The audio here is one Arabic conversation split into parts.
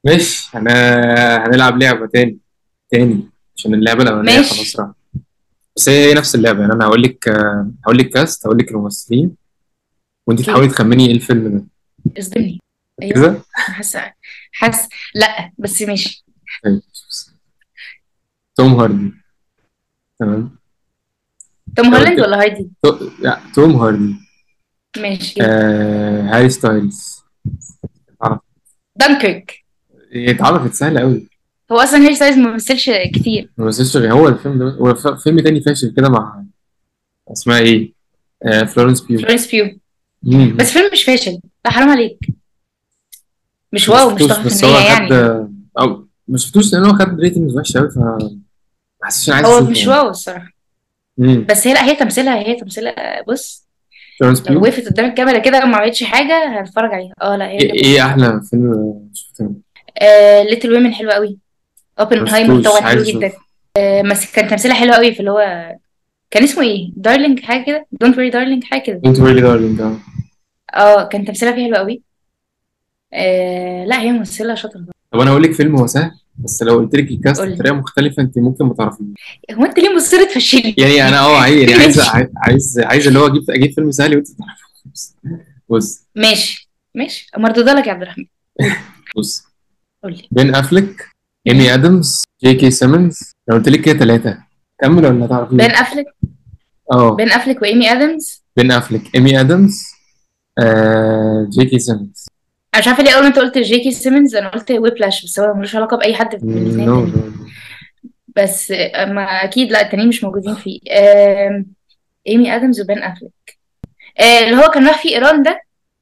ماشي. هنلعب لعبة تاني عشان اللعبة الأولانية خلاص ماشي. راحت. بس هي نفس اللعبة، يعني أنا هقول لك كاست، هقول لك الممثلين، وأنت تحاولي اوكي. تخمني إيه الفيلم ده. اصدمني. ايوه. كده. انا حاسه لا بس ماشي. طيب. توم هاردي. تمام. توم لو هولاند قلت ولا هايدي؟ لا، توم هاردي. ماشي يلا. هاري ستايلز. اتعرف. دانكيرك. هي اتعرفت سهلة أوي. هو اصلا هيري ستايلز ما مثلش كتير. ما بس هو الفيلم ده، هو فيلم تاني فاشل كده مع اسمها إيه؟ فلورنس بيو. فلورنس بيو. مم. بس فيلم مش فاشل، لا حرام عليك. مش ما واو، مش شفتوش، تحفه بس فنيه هو خد، يعني. أو ما شفتوش لأن هو خد ريتنجز وحشة أوي، فما حسيتش إني عايز هو أشوفه مش يعني. واو الصراحه. امم بس هي لا، هي تمثيلها بص. فلورنس لو بيو. وقفت قدام الكاميرا كده وما عملتش حاجه هتفرج عليها. اه لا، هي جامده إيه جدا. أحلى فيلم شفته؟ ليتل ويمن حلوه قوي. ما اوبنهايمر شفتوش، طبعا عايز حلو أشوف. جدا. بس كان تمثيلها حلو قوي في اللي هو كان اسمه ايه، دارلينج حاجه كده، دونت وري دارلينج حاجه كده. دونت وري دارلينج. اه كان تمثيلها فيه حلو قوي. لا هي ممثله شاطره. طب أنا هقول لك فيلم هو سهل، بس لو قلت لك الكاست قول لي. بطريقة مختلفة أنت ممكن ما تعرفيش. هو انت ليه مصر تفشلني؟ يعني أنا يعني ماشي. عايز اللي هو أجيب فيلم سهل وأنت تعرفيه. بص. ماشي ماشي، مردودة لك يا عبد الرحمن. قول. بص. قول لي. بين أفلك، إيمي مم. آدمز، جي كي سيمنز. لو قلت لك كده ثلاثة، كمل ولا بين تعرفيهم؟ افلك. اه. بين افلك وايمي ادمز. بين أفلك، إيمي آدمز، جي كي سيمنز. انا مش عارفه ليه اول ما انت قلت جيكي سيمنز انا قلت ويبلاش، بس هو ملوش علاقه باي حد من الاثنين نو التانيين. نو نو. بس ما اكيد لا، التانيين مش موجودين فيه. ايمي ادمز وبين افلك. اللي هو كان راح فيه ايران ده.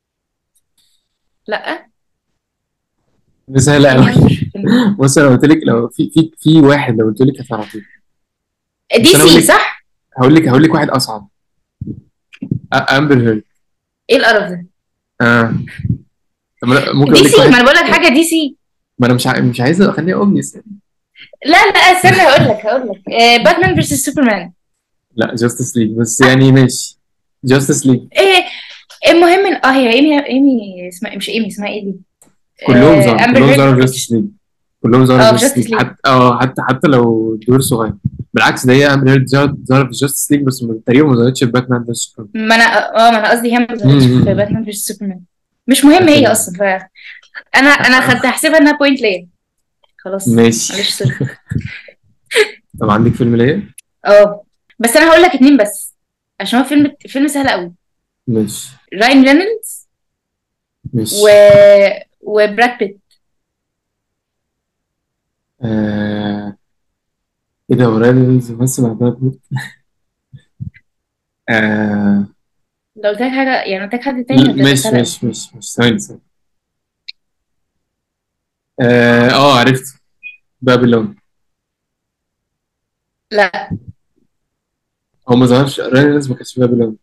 لا. ده سهل ايمي قوي. ادمز مش في الفيلم ده. بص، انا قلت لك لو في واحد، لو قلت لك هتعرفيه. دي بس انا سي صح؟ هقول لك واحد اصعب. امبر هيرد. ايه القرف ده؟ آه. طب ممكن دي اقول لك سي، ما واحد. انا بقول لك حاجه دي سي. ما انا مش عايز اخليها اوبنيس. لا لا استنى، هقول لك باتمان فيرسس سوبرمان. لا، جاستس ليج، بس يعني ماشي. جاستس ليج. ايه. المهم هي ايمي اسمها مش ايمي، اسمها ايه دي؟ امبر كلهم هيرد ظهروا ما في جاستس كانتش. ليج. كلهم ظهروا في اه في جاستس ليج، جاستس ليج. حتى لو دور صغير. بالعكس، ده هي امبر هيرد ظهرت في جاستس ليج، بس تقريبا ما ظهرتش في باتمان فيرس سوبرمان. ما انا قصدي هي ما ظهرتش في امم باتمان فيرسس سوبرمان. مش مهم هي لكن اصلا انا خدت هحسبها انها بوينت ليا. خلاص ماشي. معلش سوري. طب عندك فيلم ليا؟ اه بس انا هقول لك اتنين بس عشان هو فيلم سهل قوي. ماشي. راين رينولدز و ماشي. وبراد بيت. آه... ايه ده، اوريدي بس بعدها آه... لو قلت لك حاجه يعني قلت لك حد تاني هتبقى ماشي سهله قوي. ماشي ماشي ماشي، ثواني. عرفت. بابلون. لا. هو ما ظهرش راين رينولدز، ما كانش في بابلون.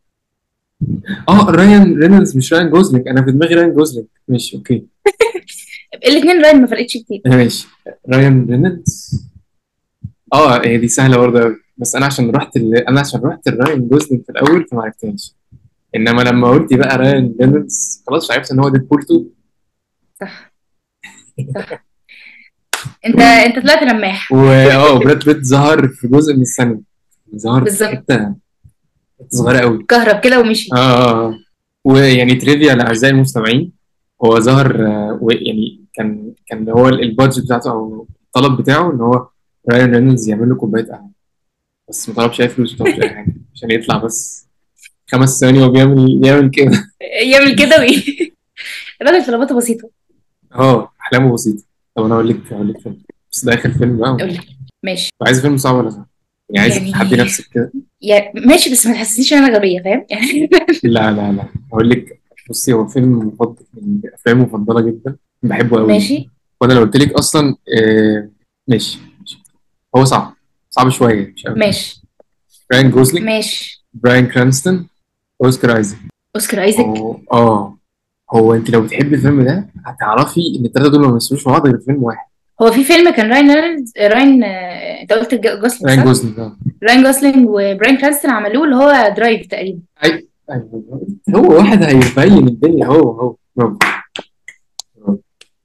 رايان رينولدز مش راين جوزلينج، انا في دماغي راين جوزلينج. ماشي اوكي. الاثنين راين ما فرقتش كتير. ماشي. رايان رينولدز. هي دي سهله برضه قوي، بس انا عشان رحت الراين جوزلينج في الاول فما عرفتهاش. انما لما قلت بقى راين رينولدز خلاص عرفت ان هو ديدبول 2. صح. صح. انت طلعت لماح. براد بيت ظهر في جزء من السنه. ظهر في بالظبط. حته صغيره قوي. كهرب كده ومشي. ويعني تريفيا لاعزائي المستمعين، هو ظهر، ويعني كان هو البادجت بتاعته او الطلب بتاعه ان هو رايان رينولدز يعمل له كوبايه قهوه، بس ما طلبش اي فلوس، ما طلبش اي حاجه عشان يطلع بس 5 ثواني وهو بيعمل كده. يعمل كده الراجل طلباته بسيطه. احلامه بسيطه. طب انا اقول لك فيلم، بس ده اخر فيلم بقى. قول لي. ماشي. عايز فيلم صعب ولا سهل؟ يعني عايزك تحدي يعني نفسك كده. ماشي بس ما تحسسنيش ان انا غبيه، فاهم يعني. لا لا لا، هقول لك. بصي، هو فيلم مفضل من افلامي المفضله جدا، بحبه قوي. ماشي. وانا لو قلت لك اصلا، ماشي. هو صعب شويه، مش قوي. ماشي. براين جوزلينج، ماشي. براين كرانستون، اوسكار ايزاك. اوسكار ايزك. هو هو انت لو بتحبي الفيلم ده هتعرفي ان الثلاثه دول ما مثلوش مع بعض غير فيلم واحد. هو في فيلم كان راين رينولدز انت قلت جوسلينج براين صح؟ جوزلينج. راين جوسلينج وبراين كرانستون عملوه اللي هو درايف تقريبا. أيوة. هو واحد هيبين الدنيا. هو برافو. برافو.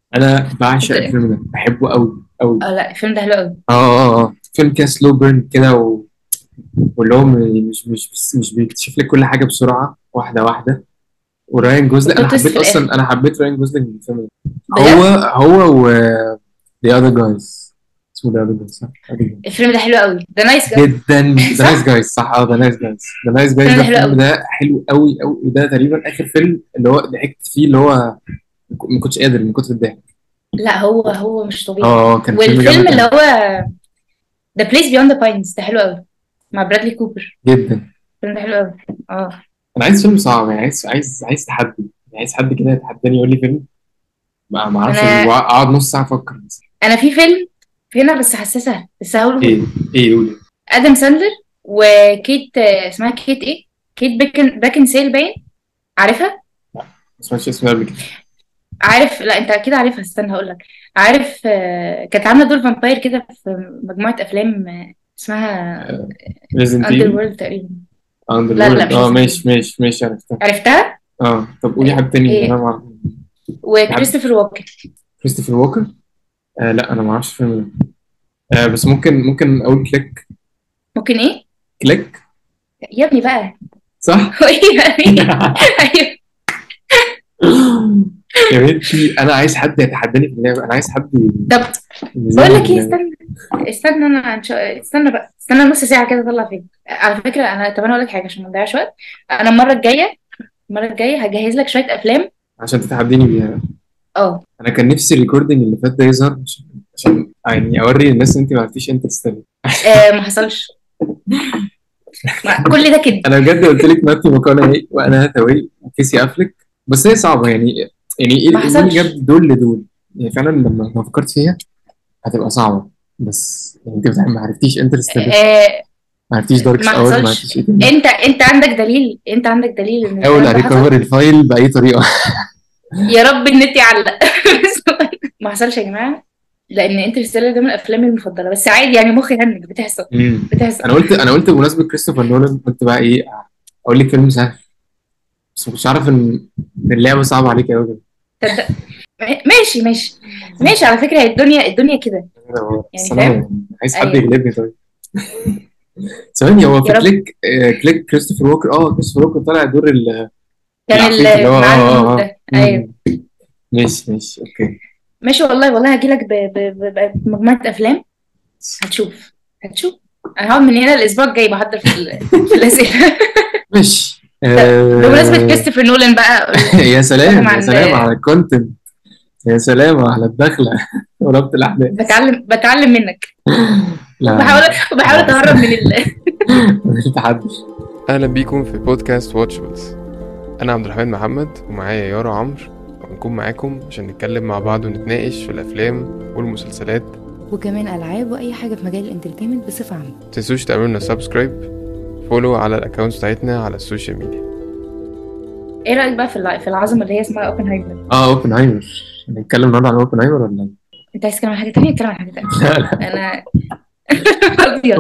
انا بعشق انت الفيلم ده، بحبه قوي قوي. لا الفيلم ده حلو قوي. فيلم كده سلو بيرن كده واللي هو مش بيكتشف لك كل حاجه بسرعه، واحده واحده. وراين جوزلينج، انا وبلوت تويست حبيت في الاخر. اصلا، انا حبيت راين جوزلينج في الفيلم ده. هو بجد هو و The Other Guys. اسمه The Other Guys صح؟ Other Guys. الفيلم ده حلو قوي، ده نايس جاي. جدا. ذا نايس صح. جايز صح، ذا نايس جايز. ذا نايس جايز الفيلم ده، ده حلو الفيلم قوي. ده حلو قوي قوي، وده تقريبا اخر فيلم اللي هو ضحكت فيه، اللي هو ما كنتش قادر من كتر الضحك. لا هو مش طبيعي. كان فيلم والفيلم جامد اللي قوي. هو The Place Beyond the Pines ده حلو قوي، مع برادلي كوبر. جدا. الفيلم ده حلو قوي. اه. انا عايز فيلم صعب يعني، عايز تحدي يعني، عايز حد كده يتحداني يقول لي فيلم ما اعرفش انا اقعد نص ساعه افكر مثلا. انا في فيلم هنا بس حساسه، بس هقوله ايه؟ لك. ايه قولي. ادم ساندلر وكيت، اسمها كيت ايه، كيت باكن سيل باين. عارفها؟ ما سمعتش اسمه قبل كده. عارف؟ لا انت اكيد عارفها، استنى هقول لك. عارف، كانت عامله دور فامباير كده في مجموعه افلام اسمها ريزنت اندر ايفل. وورلد تقريبا. اندر لا وورلد، مش لازم تقول. ماشي عرفتها. عرفتها. طب قولي حد تاني انا ايه، ما في حد. وكريستوفر ووكن. كريستوفر ووكر. لا انا ما اعرفش الفيلم ده. بس ممكن اقول كليك. ممكن ايه؟ كليك. يا ابني بقى. صح. هو ايه يعني؟ ايوه. يا بنتي انا عايز حد يتحداني في اللعبه، انا عايز حد طب بقول يزيني في لك ايه، اللعبه. استنى انا استنى بقى، استنى نص ساعه كده اطلع فين على فكره. طب انا اقول لك حاجه عشان ما نضيعش وقت. انا المره الجايه هجهز لك شويه افلام. عشان تتحديني بيها. اه. انا كان نفسي الريكوردنج اللي فات ده يظهر، عشان يعني اوري الناس ان انت ما عرفتيش انترستيلر. ما حصلش. كل ده كده. انا بجد قلت لك ماتيو ماكونهي وانا هاثاواي وكيسي افليك، بس هي صعبه يعني. يعني ما ايه اللي حصلش. جاب دول لدول؟ يعني فعلا لما فكرت فيها هتبقى صعبه. بس يعني انت ما عرفتيش انترستيلر، آه ما عرفتيش دارك ما اور، ما حصلش. عرفتيش ايه تاني. انت عندك دليل ان حاول الكلام ده اريكفر حصل. الفايل باي طريقه. يا رب النت يعلق. ما حصلش يا جماعه، لان انترستيلر ده من افلامي المفضله، بس عادي يعني مخي هنج، بتحصل. امم بتحصل. انا قلت بمناسبه كريستوفر نولان، قلت بقى ايه، اقول لك فيلم سهل، بس ما كنتش عارف ان اللعبه صعبه عليك قوي كده. تصدق؟ ماشي ماشي. ماشي على فكره، هي الدنيا كده بس يعني، فاهم. انا عايز حد ايوه. يغلبني طيب. ثواني، هو في يا رب. كليك كريستوفر ووكر، كريستوفر ووكر طالع دور كان العفريت اللي هو معاه الموت ده، ايوه. ماشي اوكي. ماشي والله هجيلك بمجموعه افلام. هتشوف. انا هقعد من هنا الاسبوع الجاي بحضر في الاسئله. ماشي. بمناسبه كريستوفر نولان بقى، يا اتكلم سلام يا عن سلام على الكونتنت، يا سلام على الدخله وربط الاحداث. بتعلم منك. لا وبحاول لا اتهرب من مش تحدي. اهلا بيكم في بودكاست واتشبلز. انا عبد الرحمن محمد ومعايا يارا عمرو، وهنكون معاكم عشان نتكلم مع بعض ونتناقش في الافلام والمسلسلات، وكمان ألعاب وأي حاجة في مجال الانترتينمنت بصفة عامة. متنسوش تعملونا سبسكرايب، فولو على الاكونت بتاعتنا على السوشيال ميديا. ايه رايك بقى في العظمه اللي هي اسمها اوبنهايمر؟ اوبنهايمر. نتكلم النهارده عن اوبنهايمر ولا لا؟ انت عايز تتكلم عن حاجه تانية؟ اتكلم عن حاجه تانية. لا انا فاضيه.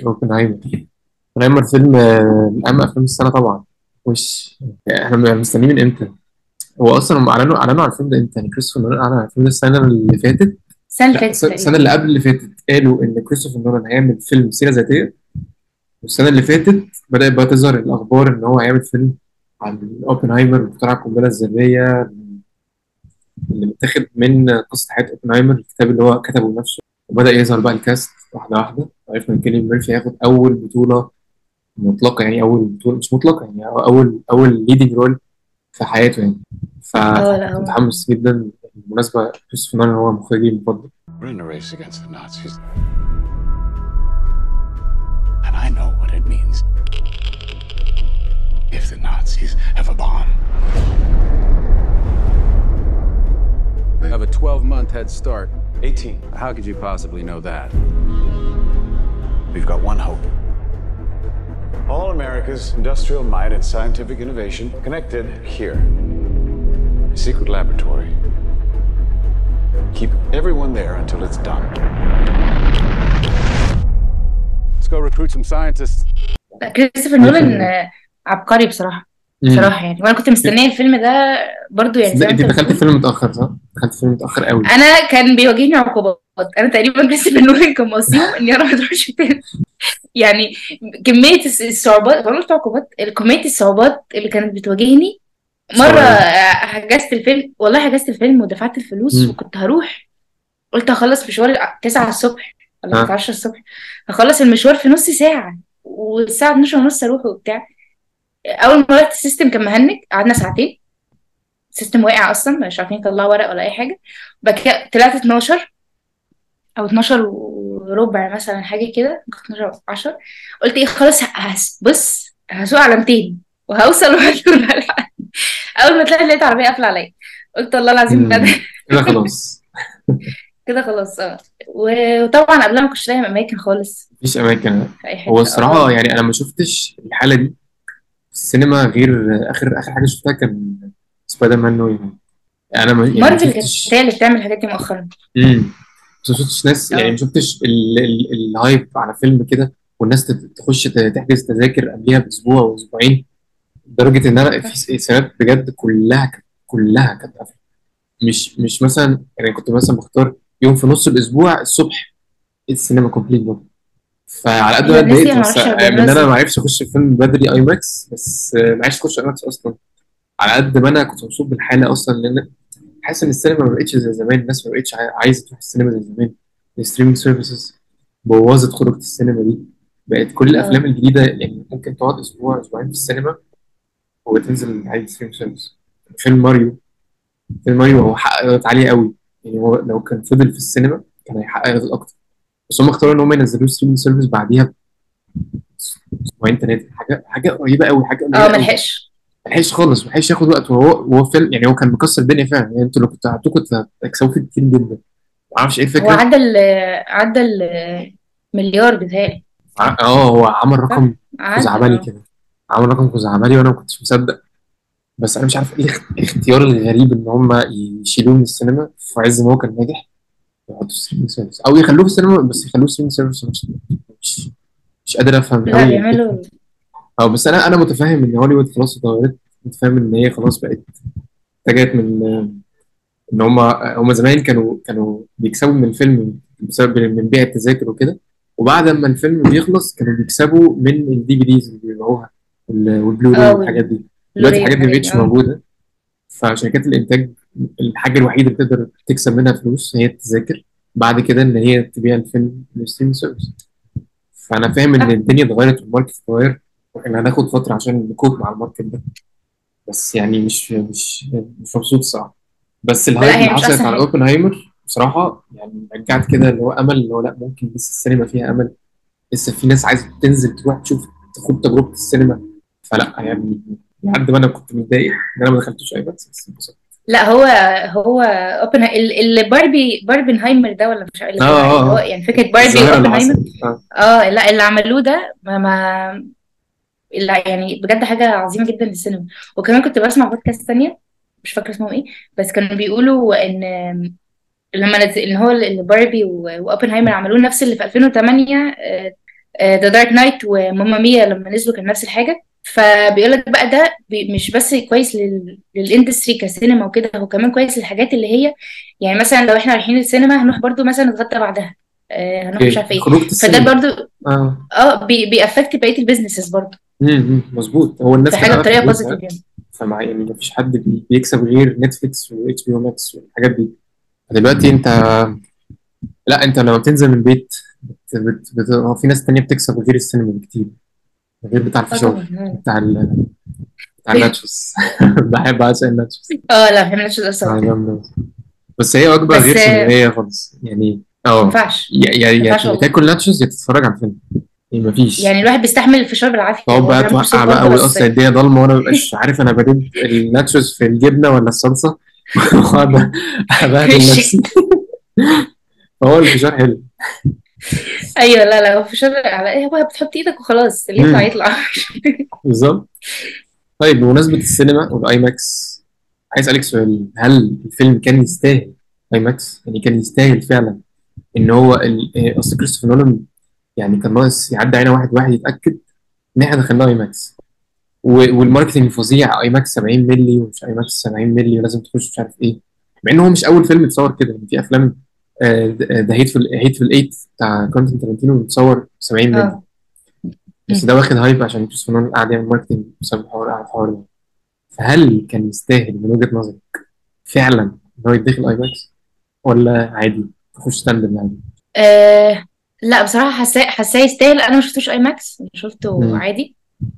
اوبنهايمر فيلم من اهم افلام السنه طبعا. وش احنا مستنيين من امتى؟ هو اصلا هم اعلنوا على الفيلم ده امتى؟ يعني كريستوفر نولان اعلن على الفيلم ده السنه اللي فاتت. السنه اللي لا فاتت السنه تقريبا. اللي قبل اللي فاتت قالوا ان كريستوفر نولان هيعمل فيلم سيره ذاتيه. والسنه اللي فاتت بدات بقى تظهر الاخبار ان هو هيعمل فيلم عن اوبنهايمر بتاع القنبله الذريه، اللي متاخد من قصه حياه اوبنهايمر، الكتاب اللي هو كتبه بنفسه. وبدا يظهر بقى الكاست واحده واحده، عرفنا ان كيليان ميرفي هياخد اول بطوله مطلقه، يعني اول بطوله مش مطلقه، يعني اول ليدنج رول في حياته يعني. لا فكنت هو متحمس جدا. بالمناسبه كريستوفر نولان هو مخرجي المفضل. We're in a race against the Nazis. And I know what it means if the Nazis have a bomb. We have a 12-month head start. 18. How could you possibly know that? We've got one hope. All America's industrial might and scientific innovation connected here. A secret laboratory. Keep everyone there until it's done. Let's go recruit some scientists. لا كريستوفر نولان عبقري بصراحه. بصراحه يعني. وانا كنت مستنيه الفيلم ده برضو، يعني زي ما انت انت دخلت بتقول. الفيلم متاخر صح؟ دخلت الفيلم متاخر قوي. انا كان بيواجهني عقوبات، انا تقريبا كريستوفر نولان كان موصيهم اني انا ما اروحش فيلم. يعني كميه الصعوبات، وانا قلت عقوبات، كميه الصعوبات اللي كانت بتواجهني. مش مره طبيعي. حجزت الفيلم، والله حجزت الفيلم ودفعت الفلوس امم. وكنت هروح. قلت هخلص مشوار 9 الصبح ولا كانت ها. 10 الصبح. هخلص المشوار في نص ساعة، والساعة 12 ونص اروح وبتاع. اول ما رحت السيستم كان مهنج، قعدنا ساعتين. السيستم واقع اصلا، مش عارفين يطلعوا ورق ولا اي حاجة. بعد كده طلعت 12 او 12 وربع مثلا، حاجة كده، 12 10. قلت ايه خلاص، بص هسوق على 200 وهوصل وهدخل. اول ما طلعت لقيت عربية قافلة عليا. قلت الله العظيم بجد. كده خلاص. كده خلاص اه. وطبعا قبلها ما كنتش لاقي اماكن خالص مفيش اماكن. في اي هو حته الصراحه اه. يعني انا ما شفتش الحاله دي في السينما غير اخر حاجه شفتها كان سبايدر مان نو واي. انا يعني ما مارفل كانت شفتش. هي اللي بتعمل الحاجات دي مؤخرا. امم. بس ما شفتش ناس، يعني ما اه شفتش الهايب على فيلم كده، والناس تخش تحجز تذاكر قبلها باسبوع او اسبوعين، لدرجه ان انا في سنوات بجد كلها كانت قافله. مش مثلا يعني كنت مثلا بختار يوم في نص الاسبوع الصبح السينما كومبليت برضه. فعلى قد ما ايوه الناس دي اتضايقت انا بس معرفش من بيعملوها ان انا ما ازاي. عرفتش اخش الفيلم بدري اي ماكس، بس ما عرفتش اخش اي ماكس اصلا. على قد ما انا كنت مبسوط بالحاله اصلا، لان حاسس ان السينما ما بقتش زي زمان، الناس ما بقتش عايزه تروح السينما زي زمان. الستريمينج سيرفيسز بوظت خروجه السينما دي. بقت كل الافلام اه الجديده يعني ممكن تقعد اسبوع اسبوعين في السينما وتنزل عادي ستريمينج سيرفيس. فيلم ماريو فيلم ماريو هو حقق ايرادات عاليه قوي. يعني هو لو كان فضل في السينما كان هيحقق ايرادات اكتر، بس هم اختاروا ان هم ينزلوه ستريمينج سيرفيس بعديها اسبوعين ثلاثه. حاجه قريبه قوي، حاجه اه قليله قوي. ملحقش. ملحقش خالص، ملحقش ياخد وقت. وهو فيلم يعني هو كان مكسر الدنيا فعلا. يعني انتوا لو كنتوا قعدتوا كنتوا هتكسبوا فيه كتير جدا. معرفش ايه هو الفكره. عدى مليار بتهيألي. هو عمل صح رقم عدى خزعبلي اه. كده. عمل رقم خزعبلي وانا ما كنتش مصدق. بس انا مش عارف ايه الاختيار الغريب ان هم يشيلوه من السينما في عز ما هو كان ناجح، يحطوا ستريمينج سيرفيس او يخلوه في السينما بس يخلوه ستريمينج سيرفيس. مش قادر افهم لا قوي الفكره. بيعملوا. او بس انا متفاهم ان هوليوود خلاص اتغيرت. متفاهم ان هي خلاص بقت اتجهت من ان هم زمان كانوا بيكسبوا من الفيلم بسبب من بيع التذاكر وكده. وبعد ما الفيلم بيخلص كانوا بيكسبوا من الدي في ديز اللي بيبيعوها والبلوراي اه والحاجات دي. دلوقتي والبلوري الحاجات دي والحاجات دي مبقتش اه. موجوده. فشركات الانتاج الحاجه الوحيده اللي تقدر تكسب منها فلوس هي التذاكر، بعد كده ان هي تبيع الفيلم للستريم سيرفيس. فانا فاهم ان صح. الدنيا اتغيرت والماركت اتغير، واحنا هناخد فتره عشان نكوب مع الماركت ده. بس يعني مش مبسوط الصراحه. بس الهايب لا اللي هي مش حصلت احسن على حاجه. اوبنهايمر بصراحه يعني رجعت كده اللي هو امل، اللي هو لا ممكن لسه السينما فيها امل. لسه في ناس عايزه تنزل تروح تشوف تاخد تجربه السينما. فلا يعني لحد ما انا كنت متضايق ان انا ما دخلتوش اي بس انبسطت. لا هو اللي باربنهايمر ده، ولا مش اللي بيقولوا عليه، اللي هو اه يعني فكره باربي الظاهره اللي واوبنهايمر. حصلت اه لا اللي عملوه ده لا يعني بجد حاجة عظيمة جدا للسينما. وكمان كنت بسمع بودكاست تانية، مش فاكرة اسمهم ايه، بس كانوا بيقولوا ان لما نزل ان هو اللي باربي واوبنهايمر عملوه نفس اللي في 2008. ذا دارك نايت وماما ميا لما نزلوا كان نفس الحاجة. فبيقول لك بقى ده مش بس كويس للاندستري كسينما وكده، هو كمان كويس للحاجات اللي هي يعني مثلا لو احنا رايحين السينما هنروح برضو مثلا نتغدى بعدها. هنروح مش اوكي عارفه ايه. خروجه فده السينما. برضو اه. اه بيأفكت بقية البيزنسز برضو. مظبوط. هو الناس في كانت حاجة قاعده في بطريقة بيوتها، بوزيتيف يعني. فمع يعني مفيش حد بيكسب غير نتفليكس واتش بي او ماكس والحاجات دي. دلوقتي انت، لا انت لما بتنزل من البيت هو في ناس تانية بتكسب غير السينما بكتير، غير بتاع اه الفشار، طبعا. بتاع الناتشوز. بحب اعشق الناتشوز. اه لا بحب ناتشوز اصلا. جامدة. بس هي وجبة بس غير سينمائية خالص يعني. مينفعش. يا مينفعش والله. تاكل ناتشوز يا تتفرج على فيلم. يعني مفيش. يعني الواحد بيستحمل الفشار بالعافية، تقعد هو بقى بيعمل توقع صوت بقى برضه بس. واصلا الدنيا ضلمة وانا مبقاش عارف انا بدب الناتشوز في الجبنة ولا الصلصة. واقعد ابهدل نفسي. شيك. فهو الفشار حلو. ايوه لا لا هو فشار على ايه، هو بتحط ايدك وخلاص اللي يطلع امم. يطلع. بالظبط. طيب بمناسبة السينما والاي ماكس، عايز اسالك سؤال. هل الفيلم كان يستاهل اي ماكس؟ يعني كان يستاهل فعلا ان هو اصل كريستوفر نولان يعني كان ناقص يعدي علينا واحد واحد يتاكد ان احنا دخلنا اي ماكس. والماركتنج فظيع، اي ماكس 70 مللي ومش اي ماكس 70 مللي ولازم تخش مش عارف ايه، مع ان هو مش اول فيلم اتصور كده. يعني في افلام ذا هيتفul ايت بتاع كوينتين تارانتينو متصور 70 مللي، اه. بس مم. ده واخد هايب عشان كريستوفر نولان قاعد يعمل ماركتنج بسبب الحوار ده. فهل كان يستاهل من وجهة نظرك فعلا ان هو يدخل اي ماكس، ولا عادي تخش ستاندرد عادي؟ آه لا بصراحة حاساه يستاهل. انا ما شفتوش اي ماكس، شفته مم. عادي.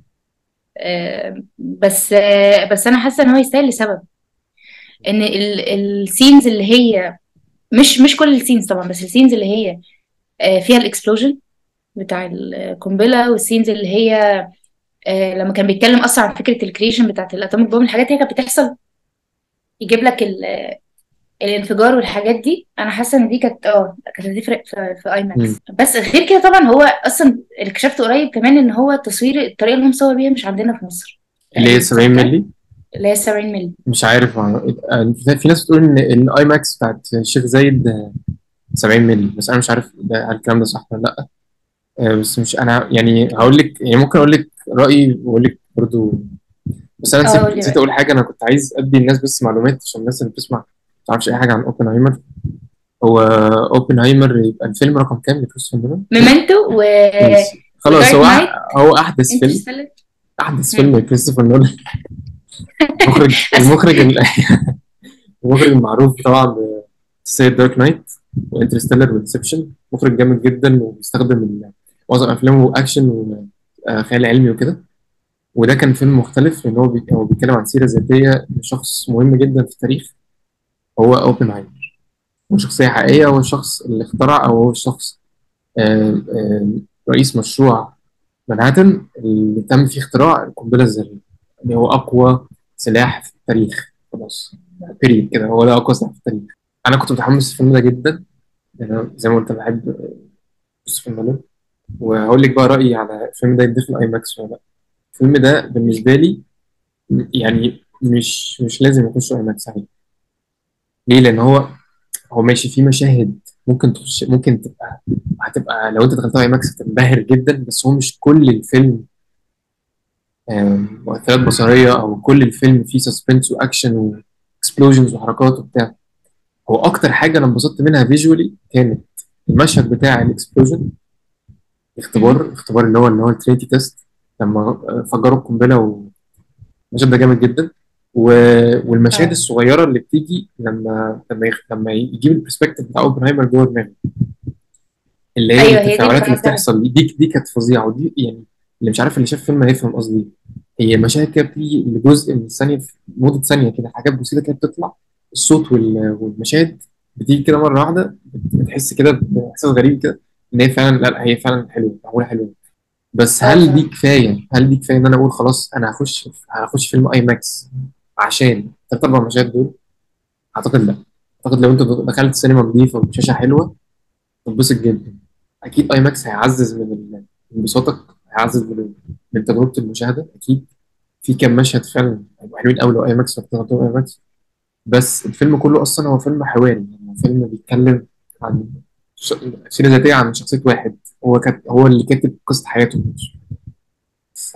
بس انا حاسة ان هو يستاهل لسبب ان السينز اللي هي مش كل السينز طبعا، بس السينز اللي هي فيها الاكسبلوجن بتاع القنبلة، والسينز اللي هي لما كان بيتكلم اصلا عن فكرة الكريشن بتاعت الاتوميك بوم، الحاجات هي كانت بتحصل، يجيب لك الانفجار والحاجات دي. انا حاسه ان دي كانت هتفرق في اي مم. ماكس. بس غير كده طبعا هو اصلا اللي اكتشفته قريب كمان ان هو تصوير الطريقه اللي هم مصور بيها مش عندنا في مصر اللي هي تقريبا، صح 70 كده؟ مللي. اللي هي 70 مللي. مش عارف في ناس بتقول ان اي ماكس بتاعت الشيخ زايد 70 مللي، بس انا مش عارف هل الكلام ده صح ولا لا. بس مش انا يعني هقول لك، يعني ممكن اقول لك رايي واقول لك برضو. بس انا اه نسيت قولي نسيت بقى. اقول حاجه. انا كنت عايز ادي الناس بس معلومات عشان الناس اللي بتسمع ما تعرفش اي حاجه عن اوبنهايمر. هو اوبنهايمر يبقى الفيلم رقم كام لكريستوفر نولان؟ ميمنتو ماشي خلاص. ودارك نايت، هو احدث فيلم، انترستيلر. احدث فيلم لكريستوفر نولان. أس... المخرج المخرج المعروف طبعا بسلسلة دارك نايت وانترستيلر وانسبشن. مخرج جامد جدا وبيستخدم معظم افلامه اكشن وخيال علمي وكده. وده كان فيلم مختلف لان هو بيتكلم عن سيره ذاتيه لشخص مهم جدا في التاريخ، هو اوبنهايمر. هو شخصيه حقيقيه، هو الشخص اللي اخترع، او هو الشخص رئيس مشروع منهاتن اللي تم فيه اختراع القنبله الذريه، اللي هو اقوى سلاح في التاريخ. خلاص بيريد كده، هو ده اقوى سلاح في التاريخ. انا كنت متحمس الفيلم ده جدا، يعني أنا زي ما قلت بحب كريستوفر نولان. وهقول لك بقى رايي على الفيلم ده يدخل اي ماكس ولا لا. الفيلم ده بالنسبه لي يعني مش لازم يخش اي ماكس عادي. ليه؟ لان هو ماشي في مشاهد ممكن تخش، ممكن هتبقى لو انت دخلتها اي ماكس هتنبهر جدا، بس هو مش كل الفيلم مؤثرات بصريه، او كل الفيلم فيه سسبنس واكشن واكسبلوجنز وحركات وبتاع. هو اكتر حاجه انا انبسطت منها فيجولي كانت المشهد بتاع الاكسبلوجن، اختبار اللي هو الترينيتي تيست، لما فجروا القنبله. والمشهد ده جامد جدا. والمشاهد اه الصغيره اللي بتيجي لما يجيب البرسبكتيف بتاع اوبنهايمر جوه دماغه، اللي هي ايوه، هي دي اللي التفاعلات كان اللي قصدي عليها. بتحصل دي كانت فظيعه. ودي يعني اللي مش عارف، اللي شاف فيلم هيفهم قصدي. هي مشاهد كده بتيجي لجزء من الثانيه، في مده ثانيه كده، حاجات بسيطه كده بتطلع. الصوت والمشاهد بتيجي كده مره واحده، بتحس كده باحساس غريب كده ان هي فعلا، لا هي فعلا حلوه، معموله حلوه. بس اه بصراحه. هل دي كفايه ان انا اقول خلاص انا هخش فيلم اي ماكس عشان ثلاث اربع مشاهد دول؟ اعتقد لا. اعتقد لو انت دخلت سينما نظيفه وشاشه حلوه تتبسط جدا. اكيد اي ماكس هيعزز من انبساطك، هيعزز من تجربه المشاهده اكيد. في كام مشهد فعلا هيبقوا حلوين قوي لو اي ماكس اي ماكس. بس الفيلم كله اصلا هو فيلم حواري، يعني هو فيلم بيتكلم عن سيره ذاتيه عن شخصيه واحد. هو اللي كاتب قصه حياته. ف...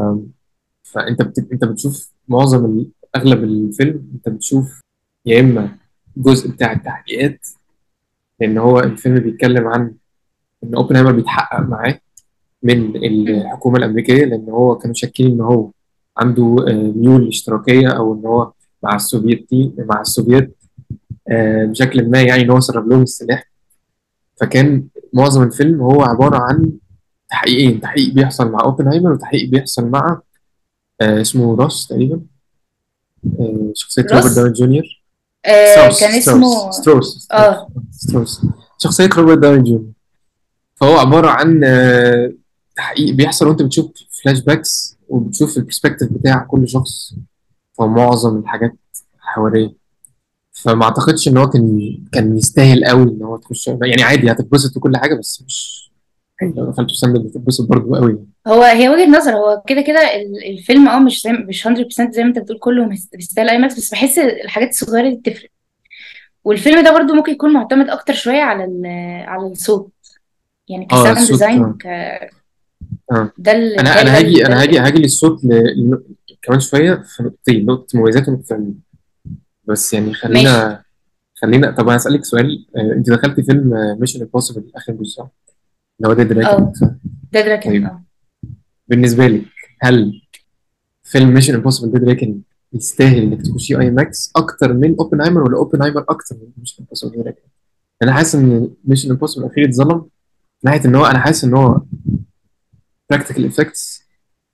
انت بتشوف اغلب الفيلم انت بتشوف يا اما جزء بتاع التحقيقات، لان هو الفيلم بيتكلم عن ان اوبنهايمر بيتحقق معاه من مم. الحكومه الامريكيه، لان هو كانوا شاكين ان هو عنده ميول اشتراكيه، او ان هو مع السوفيت بشكل ما، يعني ان هو سرب لهم السلاح. فكان معظم الفيلم هو عباره عن تحقيقين: تحقيق بيحصل مع اوبنهايمر، وتحقيق بيحصل مع اسمه راس تقريبا، شخصيه روبرت روس. داوني جونيور. كان ستراوس اسمه ستراوس ستراوس اه ستراوس شخصيه روبرت داوني جونيور. فهو عباره عن تحقيق بيحصل، وانت بتشوف فلاش باكس وبتشوف البرسبكتيف بتاع كل شخص في معظم الحاجات حواليه. فما اعتقدش ان هو كان يستاهل قوي ان هو تخش، يعني عادي هتتبسط وكل حاجه، بس مش يعني لو دخلت ساندل هتتبسط برضه قوي يعني. هي وجهة نظر. هو كده كده الفيلم مش 100% زي ما انت بتقول كله بيستاهل اي ماكس، بس بحس الحاجات الصغيره دي بتفرق. والفيلم ده برضو ممكن يكون معتمد اكتر شويه على الصوت، يعني اه كساوند الصوت ديزاين اه. ده انا بتهيألي هاجي ده انا هاجي للصوت كمان شويه في نقطتين، نقطه مميزات ونقطه عيوب. بس يعني ماشي. خلينا طب انا اسالك سؤال. انت دخلتي فيلم ميشن امبوسيبل اخر جزء صح؟ اللي هو ديد ريكنينج اه، صح؟ ده دراكن طيب بالنسبه لك، هل فيلم ميشن امبوسيبل ديد ريكنينج يستاهل انك تخشي اي ماكس اكتر من اوبنهايمر، ولا اوبنهايمر اكتر من ميشن امبوسيبل ديد ريكنينج؟ انا حاسس ان ميشن امبوسيبل الاخير اتظلم من ناحيه ان هو، انا حاسس ان هو براكتيكال افكتس،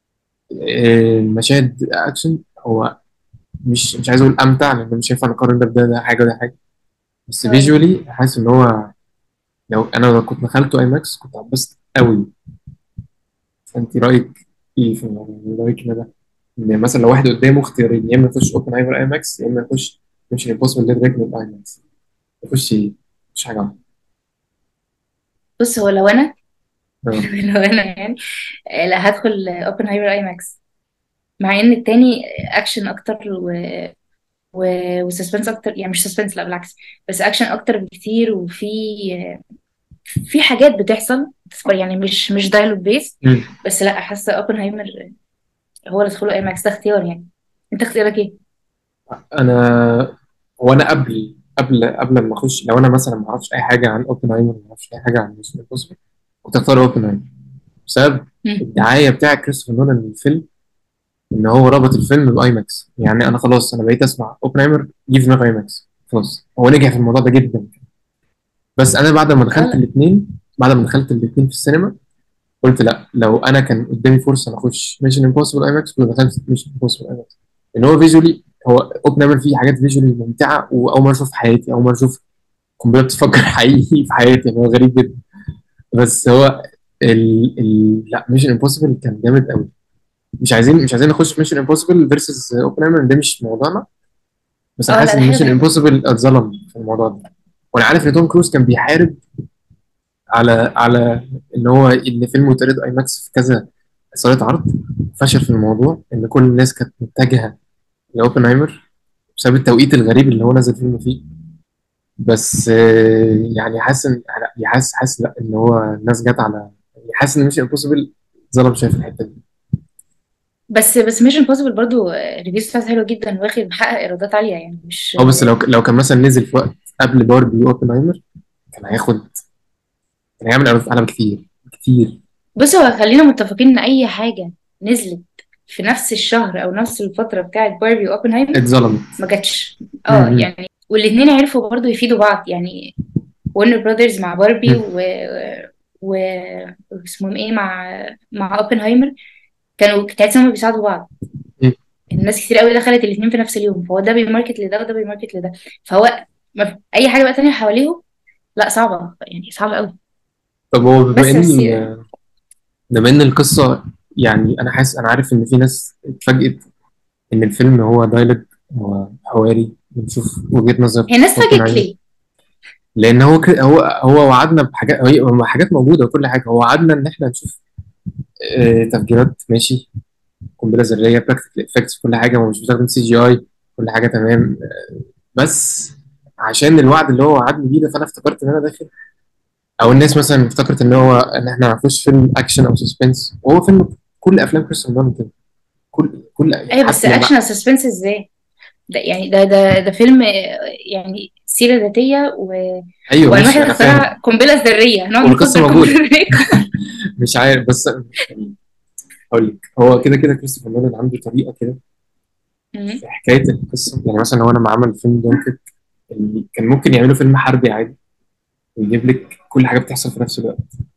مشاهد اكشن، هو مش عايز اقول امتع لان مش هينفع نقارن ده حاجه وده حاجه، بس اه. فيجولي حاسس ان هو لو كنت دخلته اي ماكس كنت هتبسط قوي. فانت رايك ايه في الموضوع؟ رايك إن ده ان مثلا لو واحد قدامه اختيارين، يا اما يخش اوبن هايمر اي ماكس، يا اما يخش مش امبوسيبل ديد ريكنينج اي ماكس، يخش ايه؟ مش حاجه واحدة. بص، هو لو انا اه. لو انا يعني لا، هدخل اوبنهايمر اي ماكس، مع ان التاني اكشن اكتر و... وسسبنس اكتر، يعني مش سسبنس، لا بالعكس، بس اكشن اكتر بكتير، في حاجات بتحصل، يعني مش دايلوج بيس. مم. بس لا، حاسه اوبنهايمر هو اللي ادخله اي ماكس، ده اختيار يعني. انت اختيارك ايه؟ انا وانا قبل ما اخش، لو انا مثلا ما اعرفش اي حاجه عن اوبن هايمر، ما اعرفش اي حاجه عن ميشن امبوسيبل، كنت اختار اوبن هايمر بسبب مم. الدعايه بتاع كريستوفر نولان للفيلم، ان هو ربط الفيلم باي ماكس. يعني انا خلاص انا بقيت اسمع اوبنهايمر يجي في دماغي اي ماكس، خلاص هو نجح في الموضوع ده جدا. بس انا اه، لا. بعد ما دخلت الاثنين في السينما، قلت لا، لو انا كان قدامي فرصه اخش ميشن امبوسيبل اي ماكس كنت دخلت ميشن امبوسيبل اي ماكس، لان هو فيجولي، هو اوبنهايمر فيه حاجات فيجولي ممتعه، واول مره اشوف في حياتي، اول مره اشوف قنبله بتفكر حقيقي في حياتي، يعني هو غريب جدا. بس هو لا ميشن امبوسيبل كان جامد قوي. مش عايزين نخش ميشن امبوسيبل فيرسز اوبنهايمر، ده مش موضوعنا. بس انا اه، لا، حاسس ده ان حاجه ميشن تانية. امبوسيبل اتظلم في الموضوع ده. وانا عارف ان توم كروز كان بيحارب على ان هو ان فيلمه يتعرض اي ماكس في كذا صالة عرض، فشل في الموضوع ان كل الناس كانت متجهه لاوبنهايمر بسبب التوقيت الغريب اللي هو نزل فيلم فيه. بس يعني حاسس ان لا، حاسس لا ان هو الناس جت على، يعني حاسس ان مش امبوسيبل ظلم شويه في الحته دي. بس ميشن امبوسيبل برضو الريفيوز بتاعته حلوه جدا، واخد محقق ايرادات عاليه، يعني مش. او بس لو كان مثلا نزل في وقت قبل باربي واوبنهايمر، كان هياخد، كان هيعمل اعلانات اعلى بكتير كتير. بص، هو خلينا متفقين ان اي حاجه نزلت في نفس الشهر او نفس الفتره بتاعت باربي واوبنهايمر اتظلمت. ما جاتش. م- يعني والاثنين عرفوا برضو يفيدوا بعض، يعني ورنر براذرز مع باربي م- و... اسمهم ايه، مع اوبنهايمر، كانوا تحس انهم بيساعدوا بعض. م. الناس كتير قوي دخلت الاثنين في نفس اليوم، فهو ده بيماركت لده وده بيماركت لده. فهو اي حاجه بقى تانية حواليهم، لا صعبه، يعني صعبه قوي. طب هو بس بما ان القصه، يعني انا حاسس، انا عارف ان في ناس اتفاجئت ان الفيلم هو دايلوج، هو حواري بنشوف وجهه نظر هي الناس اتفاجئت اوبنهايمر، ليه؟ لان هو وعدنا بحاجات، حاجات موجوده وكل حاجه، هو وعدنا ان احنا نشوف تفجيرات ماشي، قنبله ذريه، براكتيكال افكتس، كل حاجه، هو مش بيستخدم سي جي اي، كل حاجه تمام. بس عشان الوعد اللي هو وعدني بيه ده، فانا افتكرت ان انا داخل، او الناس مثلا افتكرت ان احنا هنخش فيلم اكشن او سسبنس، وهو فيلم كل افلام كريستوفر نولان كده، كل يعني ايوه، بس حتى لما، اكشن او سسبنس ازاي؟ ده يعني ده فيلم يعني سيرة ذاتية ايوه وعن واحد ماشي انا اخترع فاهم، قنبلة ذرية، هنقعد والقصه نفجر قنبلة موجوده. ذرية. مش عارف بس يعني اقول لك، هو كده كريستوفر نولان عنده طريقه كده مم. في حكايه القصه. يعني مثلا هو لما عمل فيلم دونكرك، اللي كان ممكن يعملوا فيلم حربي عادي ويجيب لك كل حاجه بتحصل في نفس الوقت،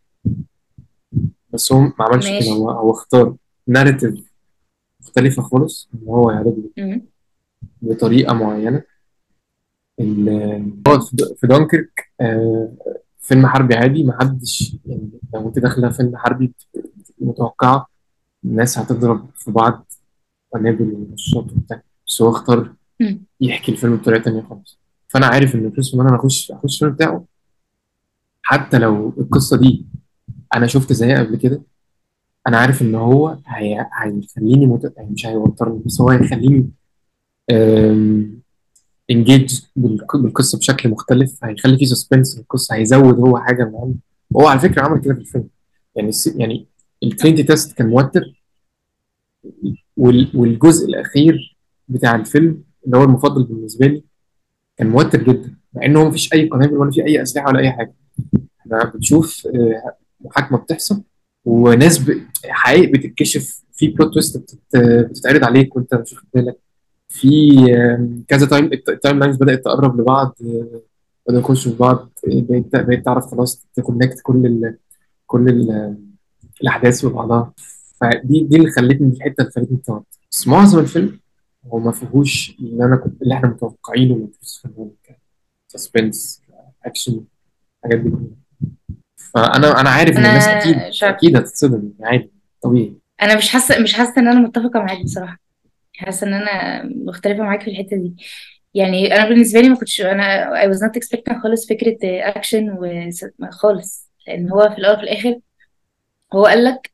بس هو ما عملش كده، ماشي. هو اختار ناريتيف مختلفه خالص ان هو يعرض لك مم. بطريقه معينه. هو حلو. في دونكرك فيلم حربي عادي، ما حدش يعني لو انت داخله فيلم حربي متوقعه الناس هتضرب في بعض قنابل ورشاط وبتاع، بس هو اختار مم. يحكي الفيلم بطريقه تانيه خالص. فانا عارف ان كريستوفر نولان اخش الفيلم بتاعه، حتى لو القصه دي انا شفت زيها قبل كده، انا عارف ان هو هيخليني يعني مش هيوترني، بس هو هيخليني انجيج بالقصه بشكل مختلف، هيخلي فيه سسبنس في القصه، هيزود هو حاجه من عنده. هو على فكره عمل كده في الفيلم، يعني يعني الترينتي تيست كان موتر، والجزء الاخير بتاع الفيلم اللي هو المفضل بالنسبه لي كان موتر جدا، مع انه مفيش اي قنابل ولا في اي اسلحه ولا اي حاجه. احنا بتشوف محاكمه بتحصل، وناس حقيقي بتتكشف في بلوت تويست بتتعرض عليك وانت مش واخد بالك. في كذا التايم لاينز بدات تقرب لبعض، بدأوا يخشوا في بعض، بقيت تعرف خلاص تكونكت كل الاحداث وبعضها. فدي اللي خلتني، دي الحته اللي خلتني اتوتر. بس معظم الفيلم هو ما فيهوش اللي احنا متوقعينه من كريستوفر نولان، سسبنس، اكشن، الحاجات دي كلها. فانا عارف ان الناس اكيد انا مش عارفه، اكيد هتتصدم، عادي، طبيعي. انا مش حاسه ان انا متفقه معاك بصراحه. حاسه ان انا مختلفه معاك في الحته دي. يعني انا بالنسبه لي ما كنتش، انا I was not expecting خالص فكره اكشن خالص، لان هو في الاول وفي الاخر هو قال لك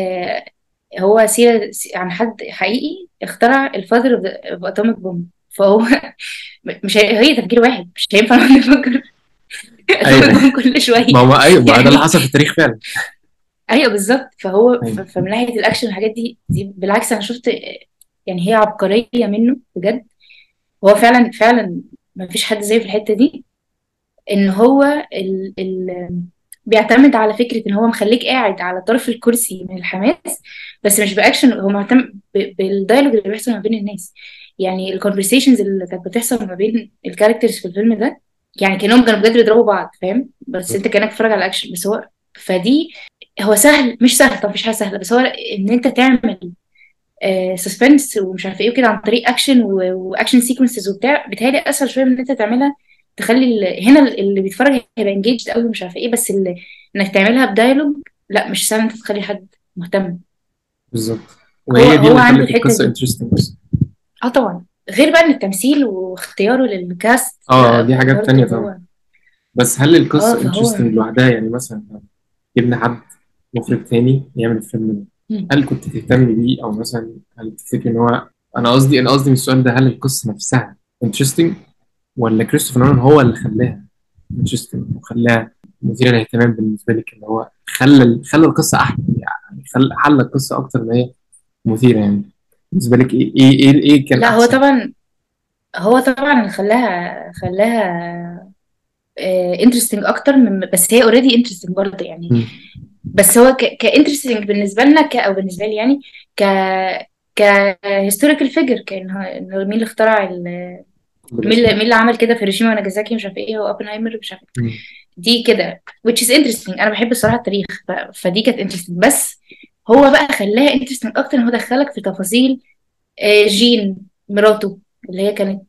هو سيرة عن حد حقيقي اخترع الفاذر اوف اتوميك بوم. فهو مش هي تفكير واحد، مش هينفع نقعد نفكر اتوميك ايوه. بوم كل شويه. ايوه، ما ده اللي يعني حصل في التاريخ فعلا. ايوه بالظبط. فهو ايوه، فمن ناحيه الاكشن والحاجات دي بالعكس انا شفت يعني هي عبقريه منه بجد. هو فعلا فعلا ما فيش حد زيه في الحته دي. ان هو ال بيعتمد على فكره ان هو مخليك قاعد على طرف الكرسي من الحماس، بس مش باكشن. هو مهتم بالدايلوج اللي بيحصل ما بين الناس. يعني الكونفرسيشنز اللي كانت بتحصل ما بين الكاركترز في الفيلم ده، يعني كانوا بجد بيضربوا بعض، فاهم؟ بس انت كانك بتتفرج على الاكشن بس. هو فدي هو سهل، مش سهل طبعا، مفيش حاجه سهله، بس هو ان انت تعمل سسبنس ومش عارفه ايه وكده عن طريق اكشن واكشن سيكونسز وبتاع، بيتهيألي اسهل شويه من ان انت تعملها تخلي هنا اللي بيتفرج هيبقى انجيجد قوي مش عارفه ايه، بس انك تعملها بدايلوج لا مش سهل انت تخلي حد مهتم. بالظبط. هو وهي دي هو اللي عنده خلت الحته القصه دي. انترستنج. اه طبعا، غير بقى ان التمثيل واختياره للكاست اه، لا دي حاجات برضه تانية طبعا. هو. بس هل اه القصه فهو انترستنج لوحدها؟ يعني مثلا لو جبنا حد مخرج تاني يعمل الفيلم ده، مم. هل كنت تهتم بيه؟ او مثلا هل تفتكر ان هو، انا قصدي من السؤال ده، هل القصه نفسها انترستنج، ولا كريستوفر نولان هو اللي خلاها انترستنج وخلاها مثيرة للاهتمام بالنسبة لك، اللي هو خلى القصة أحلى، يعني حل القصة أكتر ما هي مثيرة يعني. بالنسبة لك إيه كان لا هو أحسن؟ طبعا، هو طبعا اللي خلاها انترستنج اكتر من، بس هي اوريدي انترستنج برضه يعني. مم. بس هو كانترستنج بالنسبه لنا او بالنسبه لي يعني ك كهيستوريكال فيجر، إنه مين اللي اخترع مين اللي عمل كده في هيروشيما وناجازاكي مش عارفه ايه، هو اوبنهايمر مش عارفه. مم. دي كده which is interesting. انا بحب الصراحه التاريخ فدي كانت interesting. بس هو بقى خلاها interesting اكتر ان هو دخلك في تفاصيل جين مراته اللي هي كانت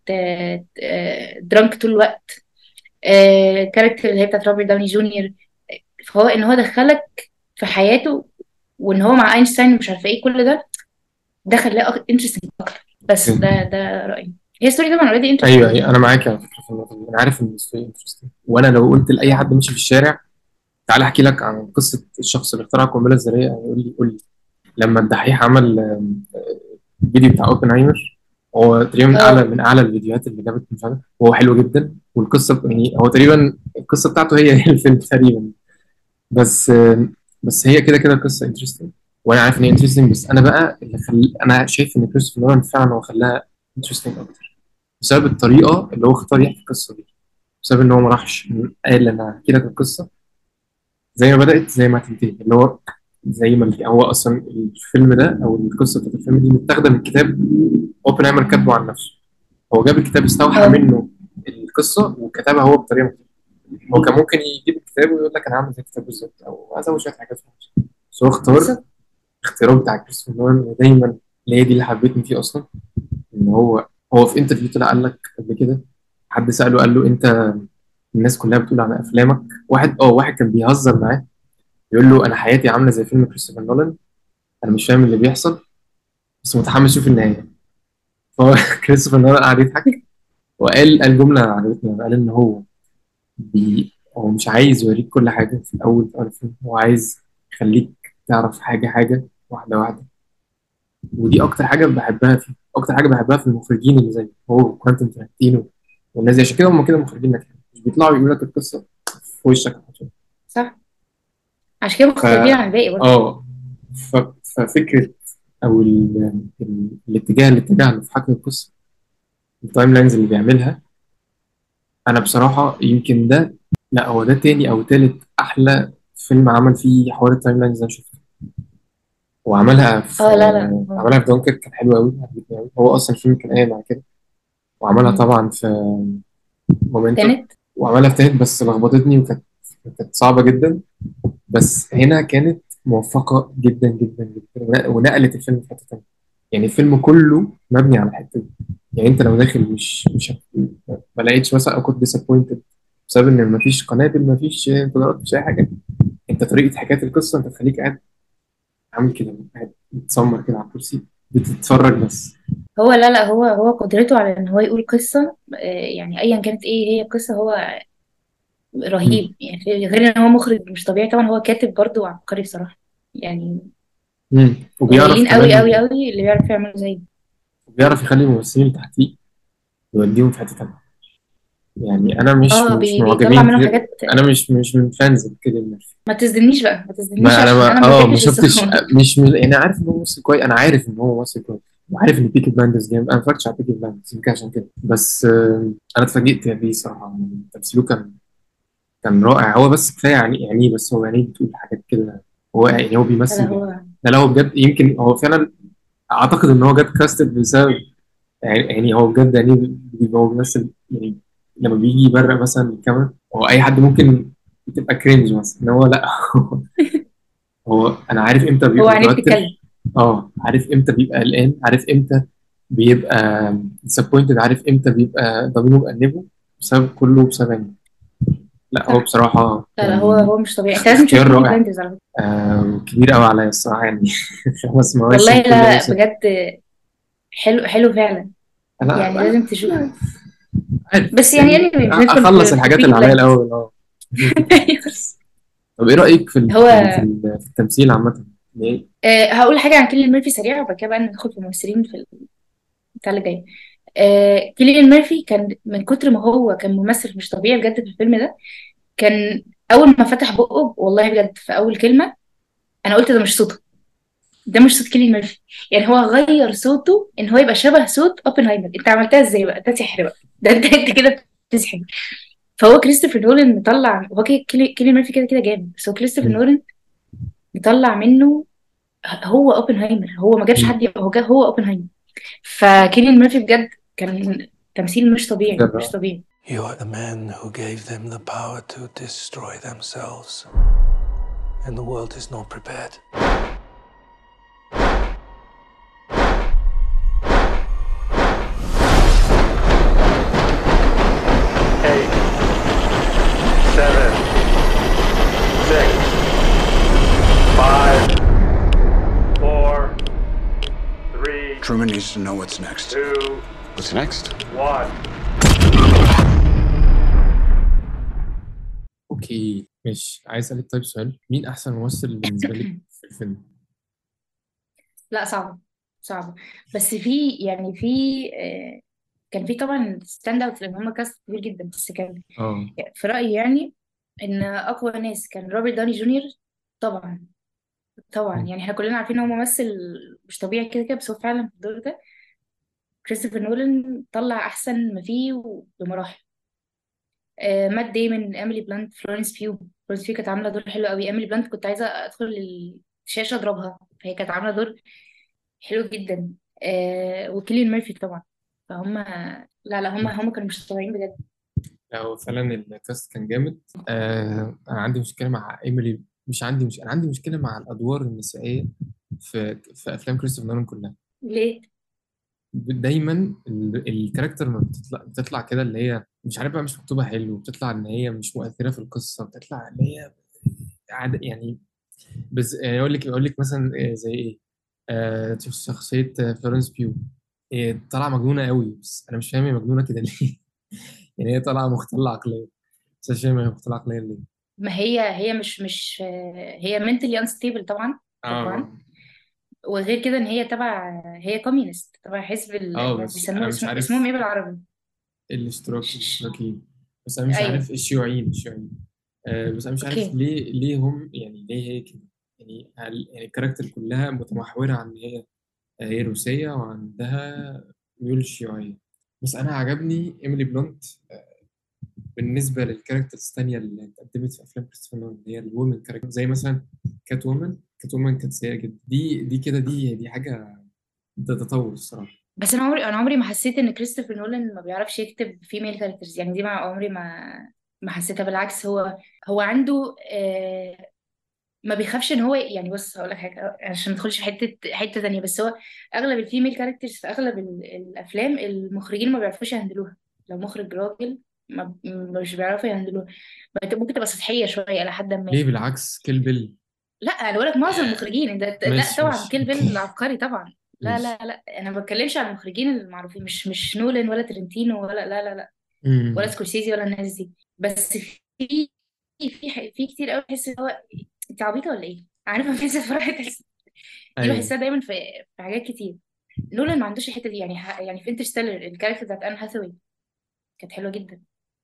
درانك طول الوقت، كاركتر اللي هي بتاعت روبرت داوني جونيور. فهو ان هو دخلك في حياته، وان هو مع اينشتاين ومش عارفه ايه كل ده، ده خلاه انترستنج اكتر. بس أوكي. ده رايي. هي ستوري طبعا اوريدي أيوه، انترستنج أيوه، يعني. أنا معاك على فكرة في النقطة دي. أنا عارف إن الستوري انترستنج، وأنا لو قلت لأي اه حد ماشي في الشارع تعالى أحكي لك عن قصة الشخص اللي اخترع القنبلة الذرية، يقول لي لما الدحيح عمل الفيديو بتاع اوبنهايمر، هو تقريبا اه من اعلى الفيديوهات اللي جابت مشاهدة، وهو حلو جدا. والقصه يعني هو تقريبا القصه بتاعته هي الفيلم تقريبا. بس بس هي كده كده قصه انترستنج، وانا عارف ان هي انترستنج. بس انا بقى انا شايف ان كريستوفر نولان فعلا هو خلاها انترستنج اكتر بسبب الطريقه اللي هو اختار يحكي القصه دي، بسبب ان هو ما راحش قال انا هحكي لك القصه زي ما بدات زي ما هتنتهي، اللي هو زي ما هو اصلا الفيلم ده او القصه بتاعت الفيلم دي متاخده من كتاب اوبنهايمر كاتبه عن نفسه. هو جاب الكتاب، استوحى اه منه القصه وكتبها هو بطريقه مختلفه. هو كان ممكن يجيب الكتاب ويقول لك انا هعمل زي الكتاب بالظبط او ازود شويه حاجات فيه. بس هو اختار بالظبط. اختيارات بتاع كريستوفر نولان، ودايما اللي هي دي اللي حبيتني فيه اصلا. ان هو في انترفيو طلع قال لك قبل كده، حد ساله قال له انت الناس كلها بتقول عن افلامك، واحد كان بيهزر معاه يقول له انا حياتي عامله زي فيلم كريستوفر نولان، انا مش فاهم اللي بيحصل بس متحمس اشوف النهايه. فهو كريستوفر نولان قعد يضحك وقال جمله عجبتني، قال ان هو مش عايز يوريك كل حاجه في الاول في الفيلم، هو عايز يخليك تعرف حاجه حاجه، واحده واحده. ودي اكتر حاجه بحبها فيه، اكتر حاجه بحبها في المخرجين اللي زي هو كوانتين تارانتينو والناس دي. عشان كده هم كده مخرجين ناجحين، مش بيطلعوا يقولوا لك القصه في وشك على طول. صح، عشان كده فا مختلفين عن الباقي برضه. اه ففكره او الاتجاه اللي اتجاه في حكي القصه، التايم لاينز اللي بيعملها، انا بصراحه يمكن ده، لا هو ده تاني او تالت احلى فيلم عمل فيه حوار التايم لاينز ده أنا شفته. وعملها في اه لا لا عملها في دونكر، كان حلو قوي، عجبتني قوي. هو اصلا الفيلم كان قايم على كده. وعملها مم. طبعا في مومنتم. تنت. وعملها في تاني بس لخبطتني، وكانت صعبه جدا. بس هنا كانت موفقه جدا جدا جدا، ونقلت الفيلم في حته تانيه. يعني الفيلم كله مبني على الحته دي. يعني انت لو داخل ما لقيتش مثلا، او كنت ديسابوينتد بسبب ان مفيش قنابل، مفيش انفجارات، مفيش اي حاجه، انت طريقه حكايه القصه انت تخليك قاعد عامل كده، قاعد متسمر كده على الكرسي بتتفرج بس. هو لا لا هو قدرته على ان هو يقول قصة، يعني ايا كانت ايه هي القصة، هو مم. رهيب يعني. غير ان هو مخرج مش طبيعي طبعا، هو كاتب برضه عبقري بصراحة يعني. وبيعرف قليلين قوي كمان، قوي قوي اللي بيعرف يعمل زي ده. وبيعرف يخلي الممثلين اللي تحتيه يوديهم في حته تانيه. يعني انا مش بيطلع معجبين منهم حاجات. انا مش من فانز كده المرفي. ما تظلمنيش بقى، ما تظلمنيش ما انا عشان انا ما ما بحبش شفتش، الصراحة. يعني عارف ان هو ممثل كويس، انا عارف ان هو ممثل كويس، وعارف ان بيكي بلاندرز جامد. انا ما اتفرجتش على بيكي بلاندرز يمكن عشان كده. بس انا اتفاجئت بيه صراحه. يعني تمثيله كان رائع. هو بس كفايه يعني بس هو يعني بتقول حاجات كده. هو يعني هو لا بيمثل هو ده لو بجد يمكن هو فعلا اعتقد ان هو جاب كاستد بسبب، يعني هو بجد يعني بيبقى هو بيمثل يعني. لما بيجي يبرق مثلا الكاميرا، هو اي حد ممكن تبقى كرينج مثلا، ان هو لا هو انا عارف امتى هو بيبقى عينيه متوتر. بتتكلم. عارف امتى بيبقى قلقان، عارف امتى بيبقى disappointed، عارف امتى بيبقى ضميره مأنبه بسبب كله بسبب يعني. لا هو صح. بصراحة لا لا يعني هو مش طبيعي، انت لازم تشوف اختيار بيكي رائع. بلايندرز على فكرة. كبير قوي عليا الصراحة يعني. 5 مواسم والله كل لا موسم. بجد، حلو حلو فعلا. يعني انا لازم تشوفه. عارف بس بس يعني يعني مش ندخل اخلص في الحاجات بيكي اللي عليا بلايندرز. الاول. اشوف بيكي بلايندرز. طب ايه رأيك في هو يعني في التمثيل عامة؟ يعني هقول حاجة عن كيليان ميرفي سريعة، وبعد كده بقى ندخل في الممثلين في بتاع اللي جاي. كيليان ميرفي كان من كتر ما هو كان ممثل مش طبيعي بجد في الفيلم ده. كان اول ما فتح بقه والله بجد في اول كلمة انا قلت ده مش صوته، ده مش صوت كيليان ميرفي. يعني هو غير صوته ان هو يبقى شبه صوت اوبنهايمر. انت عملتها ازاي بقى؟ ده سحر بقى. ده انت كده بتسحر. فهو كريستوفر نولان مطلع، هو كيليان ميرفي كده كده جامد، بس هو كريستوفر مم. نولان مطلع منه هو اوبنهايمر. هو ما جابش مم. حد يبقى هو هو اوبنهايمر. فكيليان ميرفي بجد كان تمثيل مش طبيعي مش طبيعي. You are the man who gave them the power to destroy themselves. And the world is not prepared. 8, 7, 6, 5, 4, 3, Truman needs to know what's next. 2, What's next? 1. اوكي مش عايز اسالك طيب سؤال، مين احسن ممثل بالنسبه لك في الفيلم؟ لا صعب، صعب. بس في يعني في كان في طبعا ستاند اوت لان هم كاست كبير جدا، بس كان اه. في رأيي يعني ان اقوى ناس كان روبرت داني جونيور. طبعا طبعا مم. يعني احنا كلنا عارفين ان هو ممثل مش طبيعي كده كده، بس هو فعلا في الدور ده كريستوفر نولان طلع احسن ما فيه بمراحل. مات ديمون، ايميلي بلانت، فلورنس بيو كانت عامله دور حلو قوي. ايميلي بلانت كنت عايزه ادخل الشاشه اضربها، فهي كانت عامله دور حلو جدا. وكيليان ميرفي طبعا. فهم لا لا هم كانوا مش طبيعيين بجد. لا هو فعلا الكاست كان جامد. انا عندي مشكله مع ايميلي، مش عندي مش انا عندي مشكله مع الادوار النسائيه في افلام كريستوفر نولان كلها. ليه؟ دايما الكاركتر ما بتطلع كده، اللي هي مش عارف بقى، مش مكتوبه حلو، بتطلع ان هي مش مؤثره في القصه، بتطلع ان هي يعني. بس يعني اقول لك مثلا زي ايه. شخصيه فلورنس بيو، طالعه مجنونه قوي، بس انا مش فاهم هي مجنونه كده ليه. يعني هي طالعه مختله عقليا، بس أنا مش فاهم هي مختله عقليا ليه. ما هي مش هي mentally unstable طبعا. طبعا. اه. وغير كده ان هي تبع، هي كوميونست تبع حزب بس بيسموه انا مش اسمهم عارف ايه بالعربي؟ الاشتراكيين. بس انا مش ايوه. عارف الشيوعيين. بس انا مش عارف اوكي. ليه هم يعني ليه هي كده. يعني الكاركتر كلها متمحورة عن إن هي روسية وعندها ميول شيوعية. بس أنا عجبني إيميلي بلونت بالنسبة للكاركترز الثانية اللي اتقدمت في أفلام كريستوفر نولان، اللي هي الومن كاركتر، زي مثلا كات وومن كانت سيئة جدا. دي كده، دي حاجة، ده تطور الصراحة. بس انا عمري ما حسيت ان كريستوفر نولان ما بيعرفش يكتب فيميل كاركترز، يعني دي عمري ما حسيتها. بالعكس، هو عنده ما بيخافش ان هو، يعني بص هقول لك حاجه عشان ما ندخلش في حته تانية. بس هو اغلب الفيميل كاركترز في اغلب الافلام المخرجين ما بيعرفوش يهندلوها. لو مخرج راجل مش بيعرفوا يهندلوها. ممكن تبقى سطحيه شويه الى حد ما. ليه؟ بالعكس، كيل بيل. لا انا بقول لك معظم المخرجين لا ماشي طبعا ماشي كيل بيل اوكي. عبقري طبعا. لا لا ماشي. لا انا ما بتكلمش عن المخرجين المعروفين، مش نولان ولا ترنتينو ولا لا لا لا ولا امم. سكورسيزي ولا الناس دي. بس في كتير قوي بحس ان هو انت عبيطه ولا ايه؟ عارفه في ناس فرحت دي ايوه. بحسها دايما في حاجات كتير. نولان ما عندوش الحته دي، يعني يعني في انترستيلر الكاركتر بتاعت ان هاثاوي كانت حلوه جدا.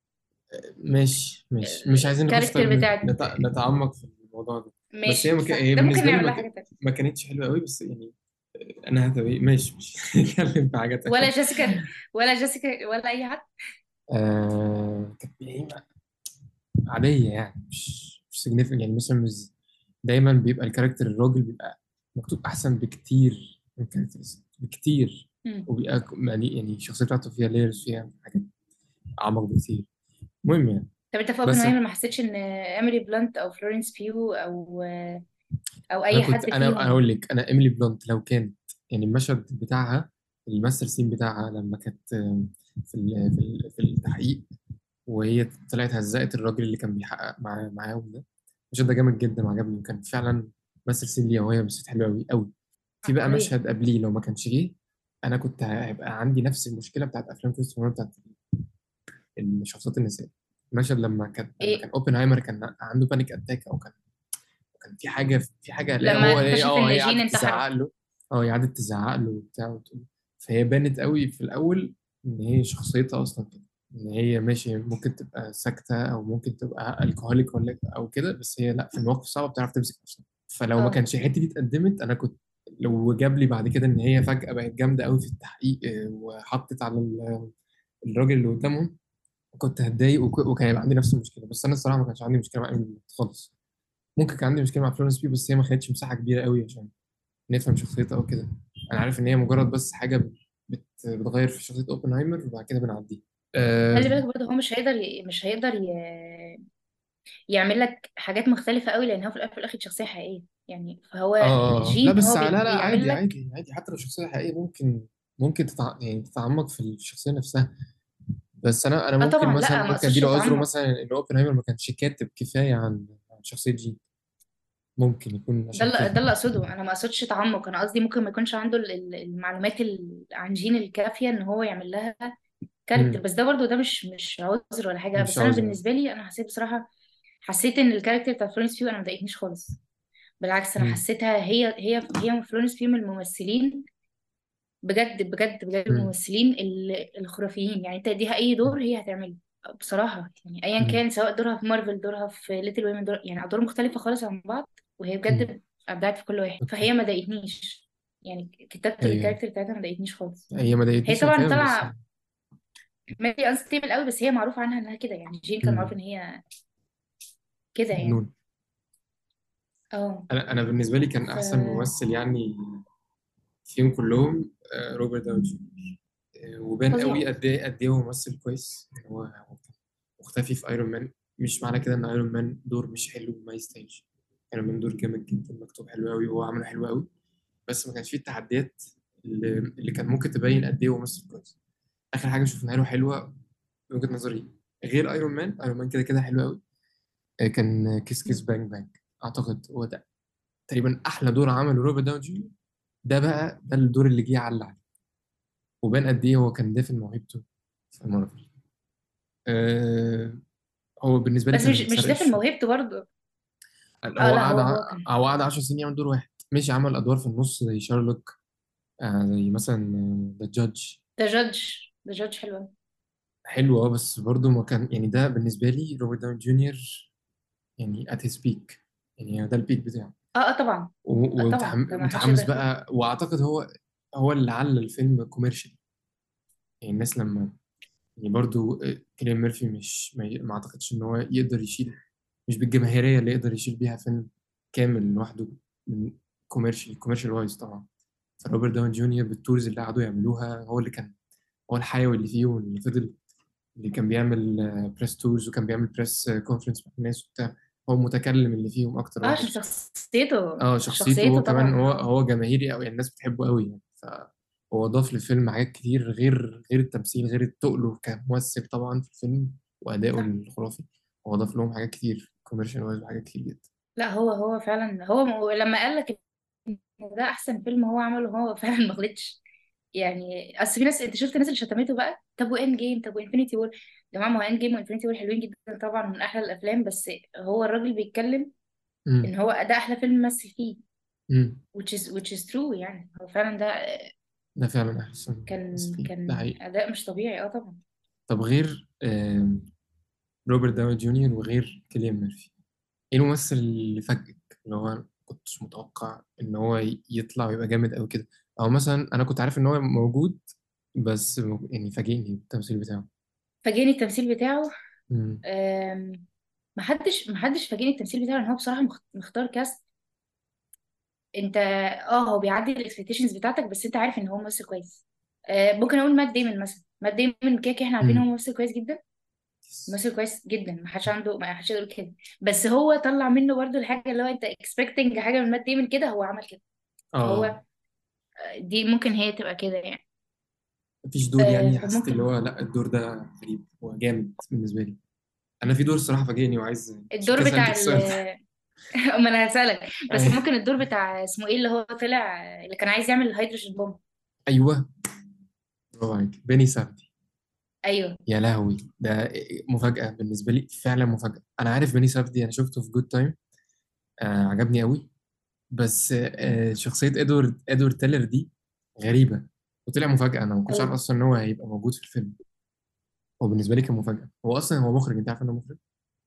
ماشي، مش عايزين نخش طيب الكاركتر بتاعت نتعمق في الموضوع ده. بس ماشي صح، هي ده ممكن بالنسبة لي نعمل لها حاجه تانية. ما كانتش حلوة قوي، بس يعني انا هذا ماشي مش نتكلم في حاجة ولا تانية. جيسيكا ولا جيسيكا ولا اي حد. كانت يعني عادية، يعني مش significant. يعني مثلا مش دايما بيبقى الكاركتر الراجل بيبقى مكتوب أحسن بكتير من كاركتر بكتير، مم. وبيبقى يعني الشخصية بتاعته فيها layers، فيها حاجات أعمق بكتير. المهم يعني. طب انت في بس اوبنهايمر ما حسيتش ان ايميلي بلانت او فلورنس بيو او أنا اي كنت حد أنا فيهم؟ أقول لك، أنا إيميلي بلونت لو كانت يعني المشهد بتاعها، الماستر سين بتاعها لما كانت في التحقيق، وهي طلعت هزقت الراجل اللي كان بيحقق معاهم ده. المشهد ده جامد جدا وعجبني، وكان فعلا ممثل سين ليها، وهي ممثلة حلوة أوي أوي. في بقى عبقريه. مشهد قبليه لو ما كانش جه، أنا كنت هيبقى عندي نفس المشكلة بتاعت أفلام كريستوفر نولان بتاعت الشخصيات النسائية. المشهد لما كان ايه اوبنهايمر كان عنده بانيك اتاك، او كان في حاجه لا لما هو اكتشف هي ان جين قعدت انتحرت؟ تزعق له. هي قعدت تزعق له وبتاع فهي بانت قوي في الاول ان هي شخصيتها اصلا كده، ان هي ماشي ممكن تبقى ساكته او ممكن تبقى الكهوليك ولا او كده، بس هي لا، في المواقف الصعبه بتعرف تمسك نفسها. فلو ما اه كانش الحته دي اتقدمت، انا كنت لو جاب لي بعد كده ان هي فجاه بقت جامده قوي في التحقيق، وحطت على الراجل اللي قدامهم، كنت هتضايق وكان هيبقى عندي نفس المشكله. بس انا الصراحه ما كانش عندي مشكله مع ايميلي خالص. ممكن كان عندي مشكله مع فلورنس بيو، بس هي ما خدتش مساحه كبيره قوي عشان نفهم شخصيتها او كده. انا عارف ان هي مجرد بس حاجه بتغير في شخصيه اوبنهايمر، وبعد كده بنعديها. خلي بالك أه. برضه هو مش هيقدر يعمل لك حاجات مختلفة قوي، لان هو في الاول وفي الاخر شخصية حقيقية يعني. فهو لا جين بس هو لا لا، بيعمل عادي لك. عادي عادي، حتى لو شخصيه حقيقيه ممكن يعني تتعمق في الشخصيه نفسها. بس انا اه ممكن طبعا، مثلا لا ما ممكن اقصدش اديله عذره التعمق. مثلا ان اوبنهايمر ما كانش كاتب كفايه عن شخصيه جين. ممكن يكون ده عشان اللي كده. ده اللي اقصده، انا ما اقصدش تعمق. انا قصدي ممكن ما يكونش عنده المعلومات عن جين الكافية ان هو يعمل لها كاركتر. امم. بس ده برضه ده مش عذر ولا حاجة. مش بس انا عذره. بالنسبة لي انا حسيت بصراحة، حسيت ان الكاركتر بتاع فلورنس بيو انا ما ضايقتنيش خالص. بالعكس انا امم. حسيتها هي فلورنس بيو من الممثلين بجد بجد بجد، امم. الممثلين الخرافيين. يعني انت اديها اي دور هي هتعمله بصراحة. يعني ايا كان، سواء دورها في مارفل، دورها في ليتل ويمن، يعني ادوار مختلفة خالص عن بعض، وهي امم. بجد ابدعت في كل واحد. اوكي. فهي ما ضايقتنيش، يعني كتابة ايوه. الكاركتر بتاعتها ما ضايقتنيش خالص. هي ما هي ضايقتنيش، انا طبعا فاهم بس. طالعة ماشي انستيبل قوي، بس هي معروف عنها انها كده. يعني جين كان معروف امم. ان هي كده يعني. مجنون. اه انا بالنسبه لي كان ف احسن ممثل يعني فيهم كلهم روبرت داوني جونيور. وبان قوي فظيع. قد ايه هو ممثل كويس. يعني هو كان مختفي في ايرون مان. مش معنى كده ان ايرون مان دور مش حلو وما يستاهلش. ايرون مان دور جامد جدا، مكتوب حلو قوي وهو عمله حلو قوي. بس ما كانش فيه التحديات اللي كان ممكن تبين قد ايه هو ممثل كويس. اخر حاجه شفناها له حلوه من وجهه نظري، غير ايرون مان كده كده حلو قوي. كان كيس كيس بانج بانج. اعتقد هو ده تقريبا احلى دور عمله روبرت داوني جونيور. ده الدور اللي جه على عليه، وبان قد ايه هو كان دافن موهبته في مارفل. آه هو بالنسبه لي بس مش كان مش سرق ده في الشغل. موهبته برضه. اه هو لا قعد هو كان هو قعد 10 سنين يعمل دور واحد. ماشي، عمل ادوار في النص زي شارلوك، زي مثلا ذا جادج. ده جادج حلو أوي. حلو، بس برضه ما كان يعني ده بالنسبه لي روبرت داون جونيور يعني ات هيز بيك. يعني ده البيك بتاعه. طبعا. طبعا ده ما حدش ومتحمس يقدر يختلف. بقى، واعتقد هو اللي علّى الفيلم كوميرشال. يعني الناس لما، يعني برضو كيليان ميرفي مش ما اعتقدش ان هو يقدر يشيل، مش بالجماهيريه اللي يقدر يشيل بيها فيلم كامل لوحده من كوميرشال وايز طبعا. فروبرت داون جونيور بالتورز اللي قعدوا يعملوها، هو اللي كان هو الحيوي اللي فيه، واللي فضل، اللي كان بيعمل بريس تورز، وكان بيعمل بريس كونفرنس مع الناس وبتاع. هو المتكلم اللي فيهم اكتر واحد. عشان شخصيته. اه شخصيته شخصيته هو كمان، طبعا. هو جماهيري قوي، يعني الناس بتحبه قوي يعني. فهو ضاف للفيلم حاجات كتير، غير التمثيل، غير تقله كممثل طبعا في الفيلم وأدائه صح. الخرافي. هو ضاف لهم حاجات كتير كوميرشال وايز، وحاجات كتير جدا. لا هو فعلا، هو لما قال لك إن ده احسن فيلم هو عمله، هو فعلا ما غلطش. يعني اصل في ناس، انت شفت الناس اللي شتمته بقى، طب وان جيم، طب وانفينيتي وور. يا جماعه ما هو ان جيم وانفينيتي وور حلوين جدا طبعا، من احلى الافلام، بس هو الراجل بيتكلم ان امم هو ده احلى فيلم مثل فيه. امم which is true، يعني هو فعلا ده ده فعلا أحسن بس كان فيه، ده كان حقيقي. اداء مش طبيعي. طبعا. طب غير روبرت داوني جونيور وغير كيليان ميرفي، ايه الممثل اللي فاجئك، اللي هو ما كنتش متوقع ان هو يطلع ويبقى جامد قوي كده؟ او مثلا انا كنت عارف ان هو موجود، بس يعني فاجئني التمثيل بتاعه. فاجئني التمثيل بتاعه. امم محدش فاجئني التمثيل بتاعه، ان هو بصراحه مختار كاست. انت هو بيعدي الاكسبكتيشنز بتاعتك، بس انت عارف ان هو ممثل كويس. ممكن اقول مات ديمون مثلا. مات ديمون كده كده احنا عارفين ان هو امم ممثل كويس جدا. ممثل كويس جدا، ما حدش يقول كده. بس هو طلع منه برضو الحاجه اللي هو انت اكسبكتنج حاجه من مات ديمون كده، هو عمل كده. فهو اه دي ممكن هي تبقى كده يعني. مفيش دور يعني حسيت اللي فممكن هو لا الدور ده غريب، هو جامد بالنسبه لي. انا في دور الصراحه فاجئني، وعايز عشان الدور كده سالتك بتاع السؤال ده. ما انا هسألك. بس أي- ممكن الدور بتاع اسمه ايه اللي هو طلع، اللي كان عايز يعمل الهيدروجين بومب. ايوه، برافو عليك، بني سعدي. ايوه. يا لهوي، ده مفاجاه بالنسبه لي، فعلا مفاجاه. انا عارف بني سعدي، انا شفته في جود تايم، عجبني قوي. بس شخصيه ادوارد تيلر دي غريبه، وطلع مفاجاه. انا ما كنتش عارف أوي. اصلا ان هو هيبقى موجود في الفيلم. هو بالنسبه لي كان مفاجاه. هو اصلا هو مخرج، انت عارف انه مخرج.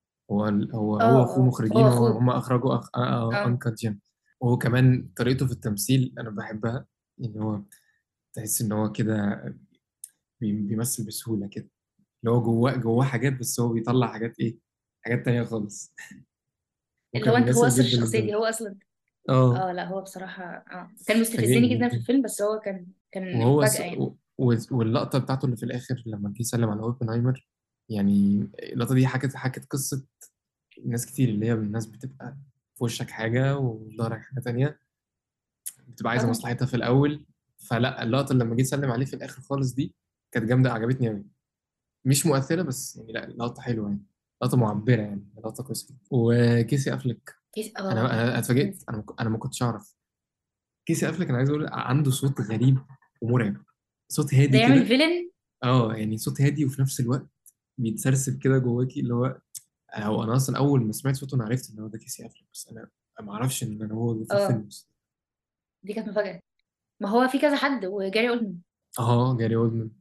هو اخوه هو مخرجين، اخوه. هم اخرجوا اه انكت جيم. وهو كمان طريقته في التمثيل انا بحبها. يعني هو تحس ان هو كده بيمثل بسهوله كده، اللي هو جواه حاجات، بس هو بيطلع حاجات ايه، حاجات تانية خالص. اللي وكان هو انت، هو بيمثل اصلا جدا الشخصيه الدور. دي هو اصلا. اه لا هو بصراحه كان مستفزني فاجئني جدا في جدا. الفيلم، بس هو كان وهو مفاجاه يعني. واللقطه بتاعته اللي في الاخر لما جه يسلم على اوبنهايمر، يعني اللقطه دي حكت قصه ناس كتير، اللي هي الناس بتبقى في وشك حاجه وفي ظهرك حاجه تانية، بتبقى عايزه طبعا. مصلحتها في الاول. فلا اللقطه اللي لما جيت اسلم عليه في الاخر خالص دي كانت جامده، عجبتني قوي. مش مؤثره بس يعني، لا لقطه حلوه يعني، لقطه معبره يعني، لقطه كويسه. وكيسي افلك، انا اتفاجئت، انا ما كنتش اعرف. كيسي افلك، انا عايز اقول عنده صوت غريب ومرعب، صوت ده هادي يعمل كده. فيلن. اه يعني صوت هادي وفي نفس الوقت بيتسرسب كده جواكي، اللي هو انا اصلا اول ما سمعت صوته انا عرفت ان هو ده كيسي افلك، بس انا ما اعرفش ان انا هو في اه الفيلم. دي كانت مفاجاه. ما هو في كذا حد، وجاري اولمان. اه جاري اولدمان.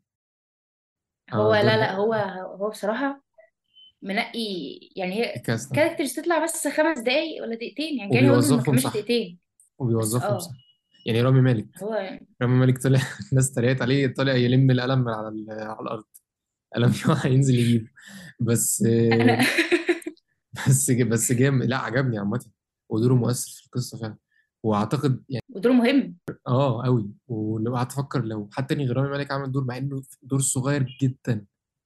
هو الدور لا ده هو بصراحه منقي. يعني هي الكاست كاركترز تطلع بس 5 دقايق ولا دقيقتين، يعني جاري اولمان ما وبيوظفهم كملش صح، دقيقتين. بس وبيوظفهم صح. يعني رامي مالك، هو رامي مالك طلع الناس اتريقت عليه، طلع يلم القلم من على الارض، قلم هينزل يجيبه. بس انا بس جامد، لا عجبني عامة، ودوره مؤثر في القصة فعلا. واعتقد يعني ودوره مهم. قوي. ولو قعدت افكر لو حد تاني غير رامي مالك عمل دور، مع انه دور صغير جدا،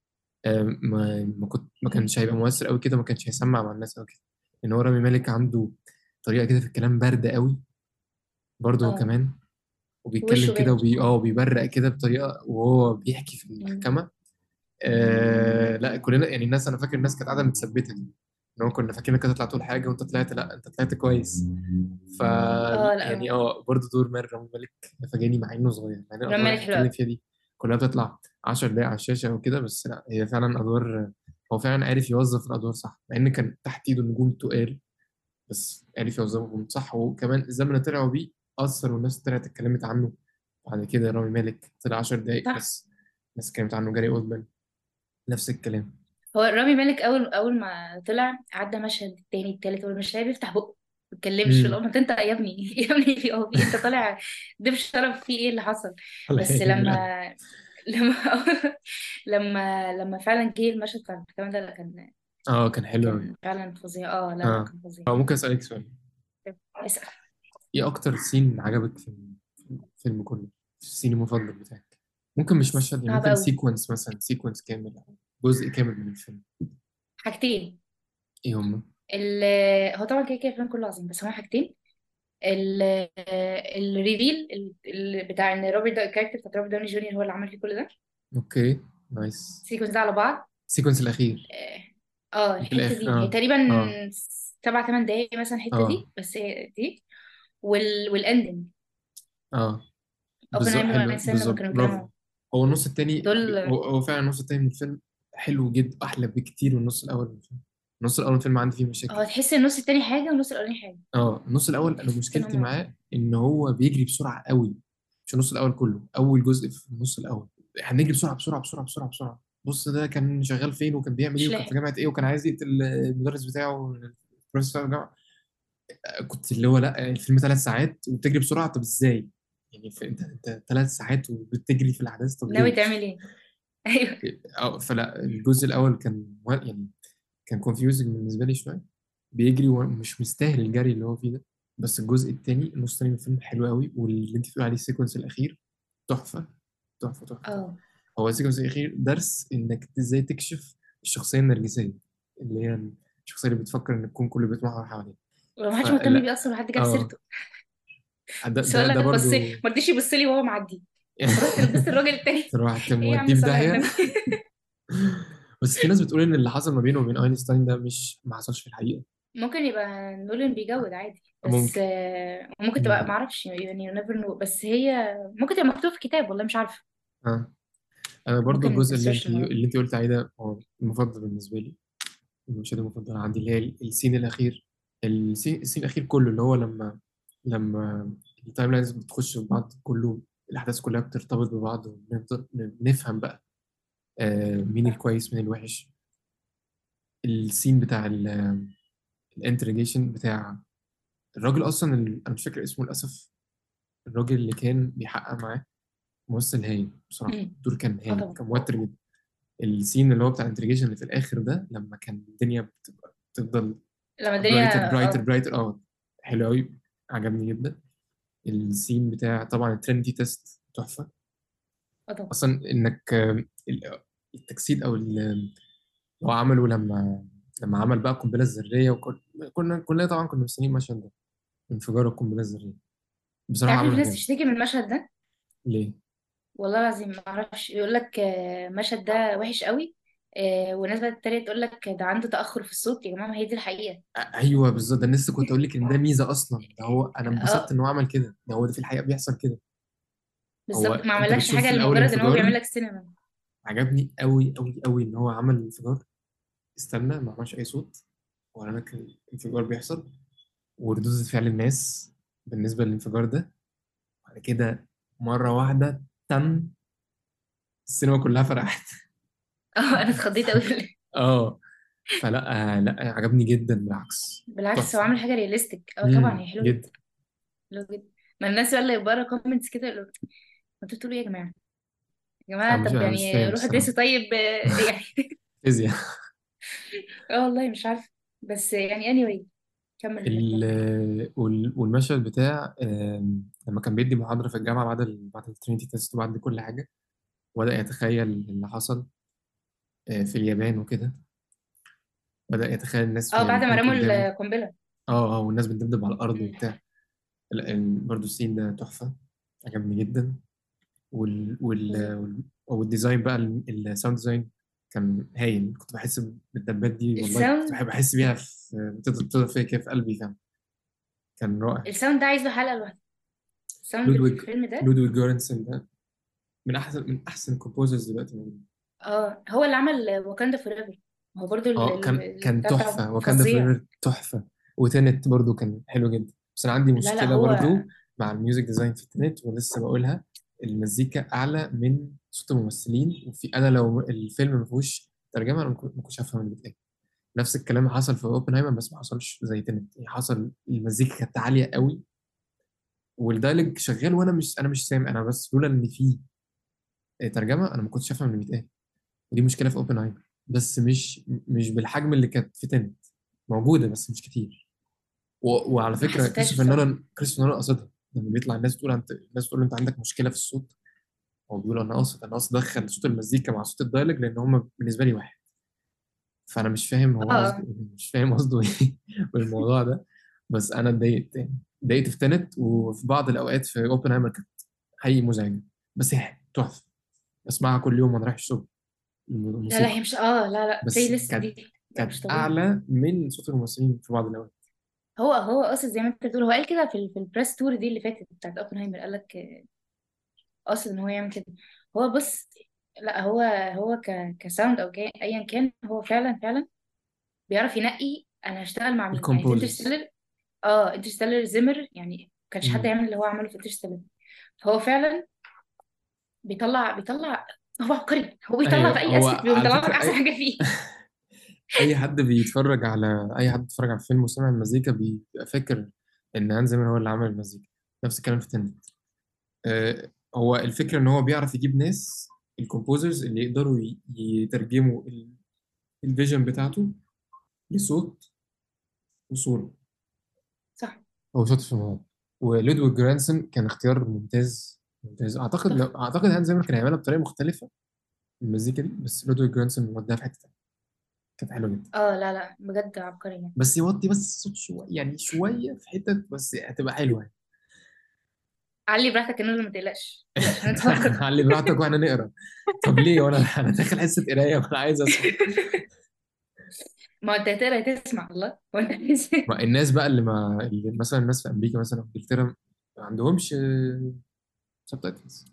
ما كانش هيبقى مؤثر قوي كده، ما كانش هيسمع مع الناس قوي كده. ان هو رامي مالك عنده طريقة كده في الكلام باردة قوي، برضه هو اه كمان. وبيتكلم وشه كده بارد. بيبرق كده بطريقة وهو بيحكي في مم. المحكمة. لا كلنا يعني، الناس انا فاكر الناس كانت قاعدة متثبتة كده، ان هو كنا فاكرينك هتطلع تقول حاجة وانت طلعت، لا انت طلعت كويس. ف يعني لا برضه دور رامي مالك فاجاني، مع انه صغير، يعني رامي الادوار اللي مالك احنا حلو بنتكلم قوي. فيها دي كلها بتطلع 10 دقايق على الشاشة او كده، بس لا هي فعلا ادوار، هو فعلا عارف يوظف الادوار صح، مع ان كان تحت ايده نجوم تقال، بس عرف يوظفهم صح. وكمان الزمن اللي طلعوا بيه أثر، والناس طلعت اتكلمت عنه. بعد كده رامي مالك طلع 10 دقايق صح. بس، الناس اتكلمت عنه. جاري أولدمان نفس الكلام. هو رامي مالك اول ما طلع عدى مشهد التاني التالت، هو مش لاقي بيفتح بقه. ما بتكلمش في امم الأول، ما تنطق يا ابني يا ابني، في هو في انت طالع ضيف شرف، في ايه اللي حصل؟ الله بس يعينه يعني. لما لما فعلا جه المشهد بتاع الكلام ده، لا، اه كان حلو قوي. كان فعلا فظيع. اه لا لا، اه كان فظيع. اه ممكن اسالك سؤال؟ اسأل. ايه اكتر سين عجبك في الفيلم كله؟ السين المفضل بتاعك؟ ممكن مش مشهد يعني، صعب ممكن قوي. سيكونس مثلا، سيكونس كامل او جزء كامل من الفيلم. حاجتين. ايه هما؟ ال... هو طبعا كده كده الفيلم كله عظيم، بس هما حاجتين. الريفيل بتاع ان روبرت الكاركتر بتاع روبرت داوني جونيور هو اللي عمل فيه كل ده. اوكي نايس. السيكونس ده على بعض. السيكونس الاخير اه. في الحته الاخر، دي هي تقريبا اه 7 8 دقايق مثلا، الحته اه دي بس، هي دي. والاندنج، اه بالظبط، اوبنهايمر حلو وانسان لما بالظبط، كانوا برافو. بيتكلموا هو النص التاني، دول. هو فعلا النص التاني من الفيلم حلو جدا، احلى بكتير من النص الاول من الفيلم. النص الاول من الفيلم عندي فيه هو مشاكل. تحس النص التاني حاجه والنص الاولاني حاجه. اه النص الاول انا تحس ان مشكلتي هم معاه ان هو بيجري بسرعه قوي. مش النص الاول كله، اول جزء في النص الاول هنجري بسرعه بسرعه بسرعه بسرعه بسرعه. بص ده كان شغال فين وكان بيعمل ايه مش وكان في لاحق. جامعه ايه وكان عايز يقتل المدرس بتاعه، البروفيسور بتاع الجامعه. كنت اللي هو لا، الفيلم 3 ساعات وبتجري بسرعه، طب ازاي؟ يعني انت 3 ساعات وبتجري في الاحداث، طب ناوي ليه؟ تعمل ايه؟ ايوه. فلا الجزء الاول كان يعني كان كونفيوزنج بالنسبه لي شويه، بيجري ومش مستاهل الجري اللي هو فيه ده. بس الجزء الثاني، النص الثاني من الفيلم حلو قوي، واللي انت بتقول عليه السيكونس الاخير تحفه تحفه تحفه تحفه. اه. هو السيكونس الاخير درس انك ازاي تكشف الشخصيه النرجسيه، اللي هي الشخصيه اللي بتفكر ان الكون كله بيتمحور حواليها. ولو ما حدش مهتم فلا بيه اصلا، ولا حد جاب اه سيرته. ده بس ده, ولا ده بص، برضو ما رضيش يبص لي وهو معدي. فرحت لبست الراجل التاني. تروح ايه يا توديه عم، في صلي على داهيه. النبي. بس في ناس بتقول ان اللي حصل ما بينه وبين اينشتاين ده مش ما حصلش في الحقيقه. ممكن يبقى نولان بيجود عادي، بس ممكن. ممكن تبقى مم. معرفش يعني، you never know. بس هي ممكن تبقى مكتوب في كتاب، والله مش عارفه. اه انا برضو ممكن الجزء اللي تسيرش انت الموضوع ده. قلت عليه ده هو المفضل بالنسبه لي، المشهد المفضل عندي اللي هي السين الاخير. السين الاخير كله اللي هو لما التايم لاينز بتخش في بعض كله، الاحداث كلها بترتبط ببعض ونقدر نفهم بقى مين صح. الكويس مين الوحش. السين بتاع الانتريجيشن بتاع الراجل اصلا انا مش فاكر اسمه للاسف، الراجل اللي كان بيحقق معاه، ممثل هايل بصراحه، الدور كان اه هايل، طبعا. كان موتر جدا. السين اللي هو بتاع الانتريجيشن اللي في الاخر ده، لما كان الدنيا بتفضل لما برايتر الدنيا برايتر برايتر، حلو قوي، عجبني جدا. السين بتاع طبعا الترينيتي تيست تحفه. طبعا. اصلا انك التجسيد او هو عمله لما عمل بقى القنبله الذريه، كلنا طبعا كنا مستنيين المشهد ده، انفجار القنبله الذريه. بصراحه تعرف ان في عمله ناس حلو. تشتكي من المشهد ده؟ ليه؟ والله العظيم ما اعرفش، يقول لك المشهد ده وحش قوي. والناس بقى التانية تقول لك ده عنده تأخر في الصوت. يا جماعة، ما هي دي الحقيقة. ايوه بالظبط، ده أنا لسه كنت اقول لك ان ده ميزه اصلا، ده هو انا انبسطت اه ان هو عمل كده، ده هو ده في الحقيقه بيحصل كده. هو بالظبط، ما انت عملكش بتشوف حاجة في الاول لمجرد ان هو بيعمل انفجار، لك سينما. عجبني قوي قوي قوي ان هو عمل الانفجار، استنى ما عملش اي صوت ولا انا كان الانفجار بيحصل، وردود فعل الناس بالنسبه للانفجار ده، بعد كده مره واحده تم، السينما كلها فرحت. اه انا اتخضيت قوي. اه فلا لا عجبني جدا بالعكس. بالعكس، هو تحفه. عامل حاجة رياليستيك. اه طبعا، هي حلوة جدا. جدا. حلوة جدا. ما الناس بقى اللي بره كومنتس كده يقولوا انتوا بتقولوا ايه يا جماعة؟ يا انا جماعة مش طب انا مش فاهم يعني روحوا الصراحه. ادرسوا طيب يعني. فيزياء. اه والله مش عارفة. بس يعني anyway، كمل اللي كمل. والمشهد بتاع لما كان بيدي محاضره في الجامعه بعد الترينيتي تيست وبعد كل حاجه، وبدأ يتخيل اللي حصل في اليابان وكده، بدأ يتخيل الناس اه بعد ما بتموت رموا قدامه. القنبلة. والناس بتدبدب على الأرض مم. وبتاع. لا برضه السين ده تحفة، عجبني جدا. فظيع. والديزاين بقى، الساوند ديزاين كان هايل، كنت بحس بالدبات دي والله، كنت الساوند بحب أحس بيها بتفضل فيا كده في قلبي، كان رائع. الساوند ده عايز له حلقة لوحده. الساوند اللي في لودويج الفيلم ده. لودويج جورنسون ده من أحسن الكومبوزرز دلوقتي موجودين. اه هو اللي عمل واكاندا فور ايفر. هو برضو كان البتاع بتاعه تحفة، وكان ده فظيع. فوريفر تحفة. وتنت برضو كان حلو جدا، بس أنا عندي لا لا مشكلة هو. برضو مع الميوزك ديزاين في تنت، ولسه بقولها. المزيكا أعلى من صوت الممثلين، أنا لو الفيلم ما فيهوش ترجمة أنا ما كنتش هفهم اللي بيتقال. نفس الكلام حصل في اوبنهايمر بس ما حصلش زي تنت. يعني حصل المزيكا كانت عاليه قوي والدايلوج شغال وانا مش سامع. انا بس لولا ان في ترجمه انا ما كنتش افهم اللي بيتقال. ودي مشكله في اوبنهايمر بس مش بالحجم اللي كانت في تنت. موجوده بس مش كتير. وعلى ما فكره حسيتهاش بصراحه. كريستوفر نولان قصدها لما بيطلع الناس تقول له انت عندك مشكله في الصوت. هو بيقول انا قاصد ادخل صوت المزيكا مع صوت الدايلوج لان هم بالنسبه لي واحد. فانا مش فاهم هو قصده اه ايه، مش فاهم قصده ايه بالموضوع ده. بس انا اتضايقت يعني. اتضايقت في تنت وفي بعض الاوقات في اوبنهايمر كانت حقيقي مزعجه. بس هي تحفه. بسمعها كل يوم وانا رايح الشغل لا لا هي الموسيقى. مش لا لا بلاي بس ليست كانت دي. لا مش كانت طبيعي. اعلى من صوت الممثلين في بعض الاوقات. هو اصلا زي ما انت بتقول، هو قال كده في البريس تور دي اللي فاتت بتاعت اوبنهايمر، قال لك اصلا ان هو يعمل كده. هو بص، لا هو كساوند او ايا كان، هو فعلا بيعرف ينقي انا هشتغل مع مين. يعني في الكومبوزرز. انترستيلر، انترستيلر زمر يعني ما كانش حد يعمل اللي هو عمله في انترستيلر. فهو فعلا بيطلع. هو عبقري، هو بيطلع في ايوه اي هو اسبكت على بيطلع لك فكره احسن حاجه فيه. اي حد بيتفرج على فيلم وسمع المزيكا بيبقى فاكر ان هانز زيمر هو اللي عمل المزيكا. نفس الكلام في تنت. هو الفكره ان هو بيعرف يجيب ناس الكومبوزرز اللي يقدروا يترجموا الفيجن بتاعته لصوت وصوره. صح. هو شاطر في الموضوع. ولودويج جرانسون كان اختيار ممتاز ممتاز. تحفه. اعتقد هانز زيمر كان هيعملها بطريقه مختلفه المزيكا دي بس لودويج جرانسون وداها في حته تانية. كانت حلوه جدا. اه لا لا بجد عبقري يعني. بس يوطي بس الصوت شويه يعني شويه في حتت بس هتبقى حلوه يعني. علي براحتك يا نور، ما تقلقش عشان نتفرج. علي براحتك واحنا نقرا. طب ليه وانا داخل حصه قرايه وانا عايز اسمع. ما انت هتقرا تسمع الله وانت ما الناس بقى اللي مثلا الناس في امريكا مثلا او انجلترا ما عندهمش سبتايتلز.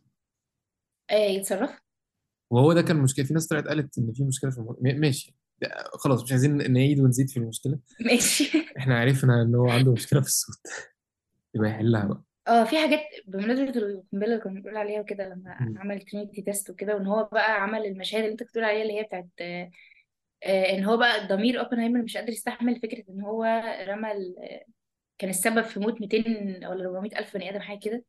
يتصرف. وهو ده كان المشكله. في ناس طلعت قالت ان في مشكله في ماشي. خلاص مش عايزين نعيد ونزيد في المشكله. ماشي. احنا عرفنا ان هو عنده مشكله في الصوت. يبقى يحلها بقى. اه في حاجات بمناسبة القنبلة اللي كنا بنقول عليها وكده، لما مم. عمل ترينيتي تيست وكده، وان هو بقى عمل المشاهد اللي انت كنت بتقول عليها اللي هي بتاعت ان هو بقى ضمير اوبنهايمر مش قادر يستحمل فكرة ان هو رمى كان السبب في موت 200 ولا 400 الف بني ادم حاجة كده.